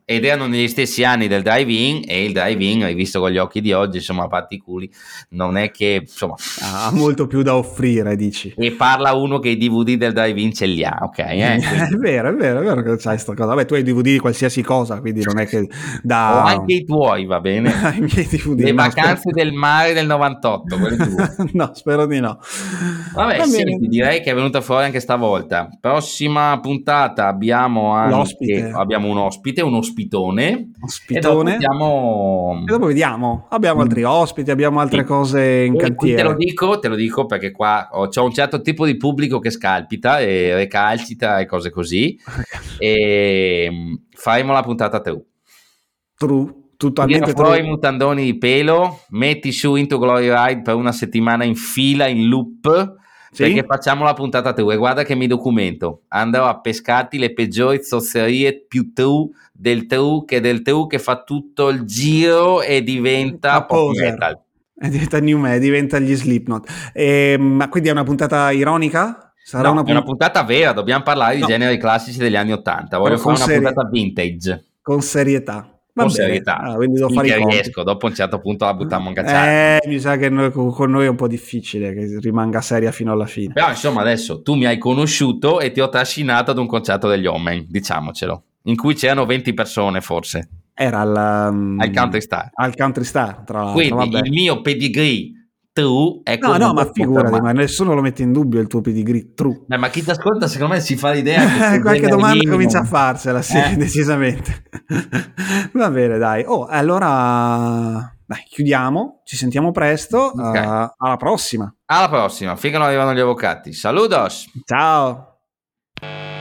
ed erano negli stessi anni del drive-in, e il drive-in, hai visto con gli occhi di oggi, insomma, a patti culi, non è che, insomma, ha molto più da offrire, dici. E parla uno che i DVD del drive-in ce li ha, ok? È vero che c'hai sta cosa. Vabbè, tu hai DVD di qualsiasi cosa, quindi non è che o anche i tuoi, va bene? I miei DVD, le vacanze del mare del 98, no, spero di no. Vabbè, senti, direi che è venuta fuori anche stavolta. Prossima puntata abbiamo un ospite, un ospitone. E dopo vediamo. Abbiamo altri ospiti, abbiamo altre cose in cantiere. Te lo dico perché qua c'ho un certo tipo di pubblico che scalpita e recalcita e cose così. E faremo la puntata True. Totalmente fuori i mutandoni di pelo, metti su Into Glory Ride per una settimana in fila in loop, perché facciamo la puntata True. E guarda che mi documento, andrò a pescarti le peggiori zozzerie più True del True che fa tutto il giro e diventa pop metal. E diventa new metal, diventa gli Slipknot. Ma quindi è una puntata ironica? Sarà una puntata vera, dobbiamo parlare di generi classici degli anni '80. Voglio fare una puntata vintage. Con serietà. Con serietà, quindi devo fare riesco, dopo un certo punto la buttiamo in cacciare. Mi sa che con noi è un po' difficile che rimanga seria fino alla fine. Però insomma adesso tu mi hai conosciuto e ti ho trascinato ad un concerto degli Omen, diciamocelo, in cui c'erano 20 persone forse. Era al Country Star. Al Country Star, tra l'altro. Quindi vabbè. Il mio pedigree True è no, ma figurati, ma nessuno lo mette in dubbio il tuo pedigree True. Ma chi ti ascolta secondo me si fa l'idea qualche domanda comincia a farsela, sì, decisamente. Va bene, dai. Allora dai, chiudiamo, ci sentiamo presto, alla prossima. Finché non arrivano gli avvocati. Saludos. Ciao.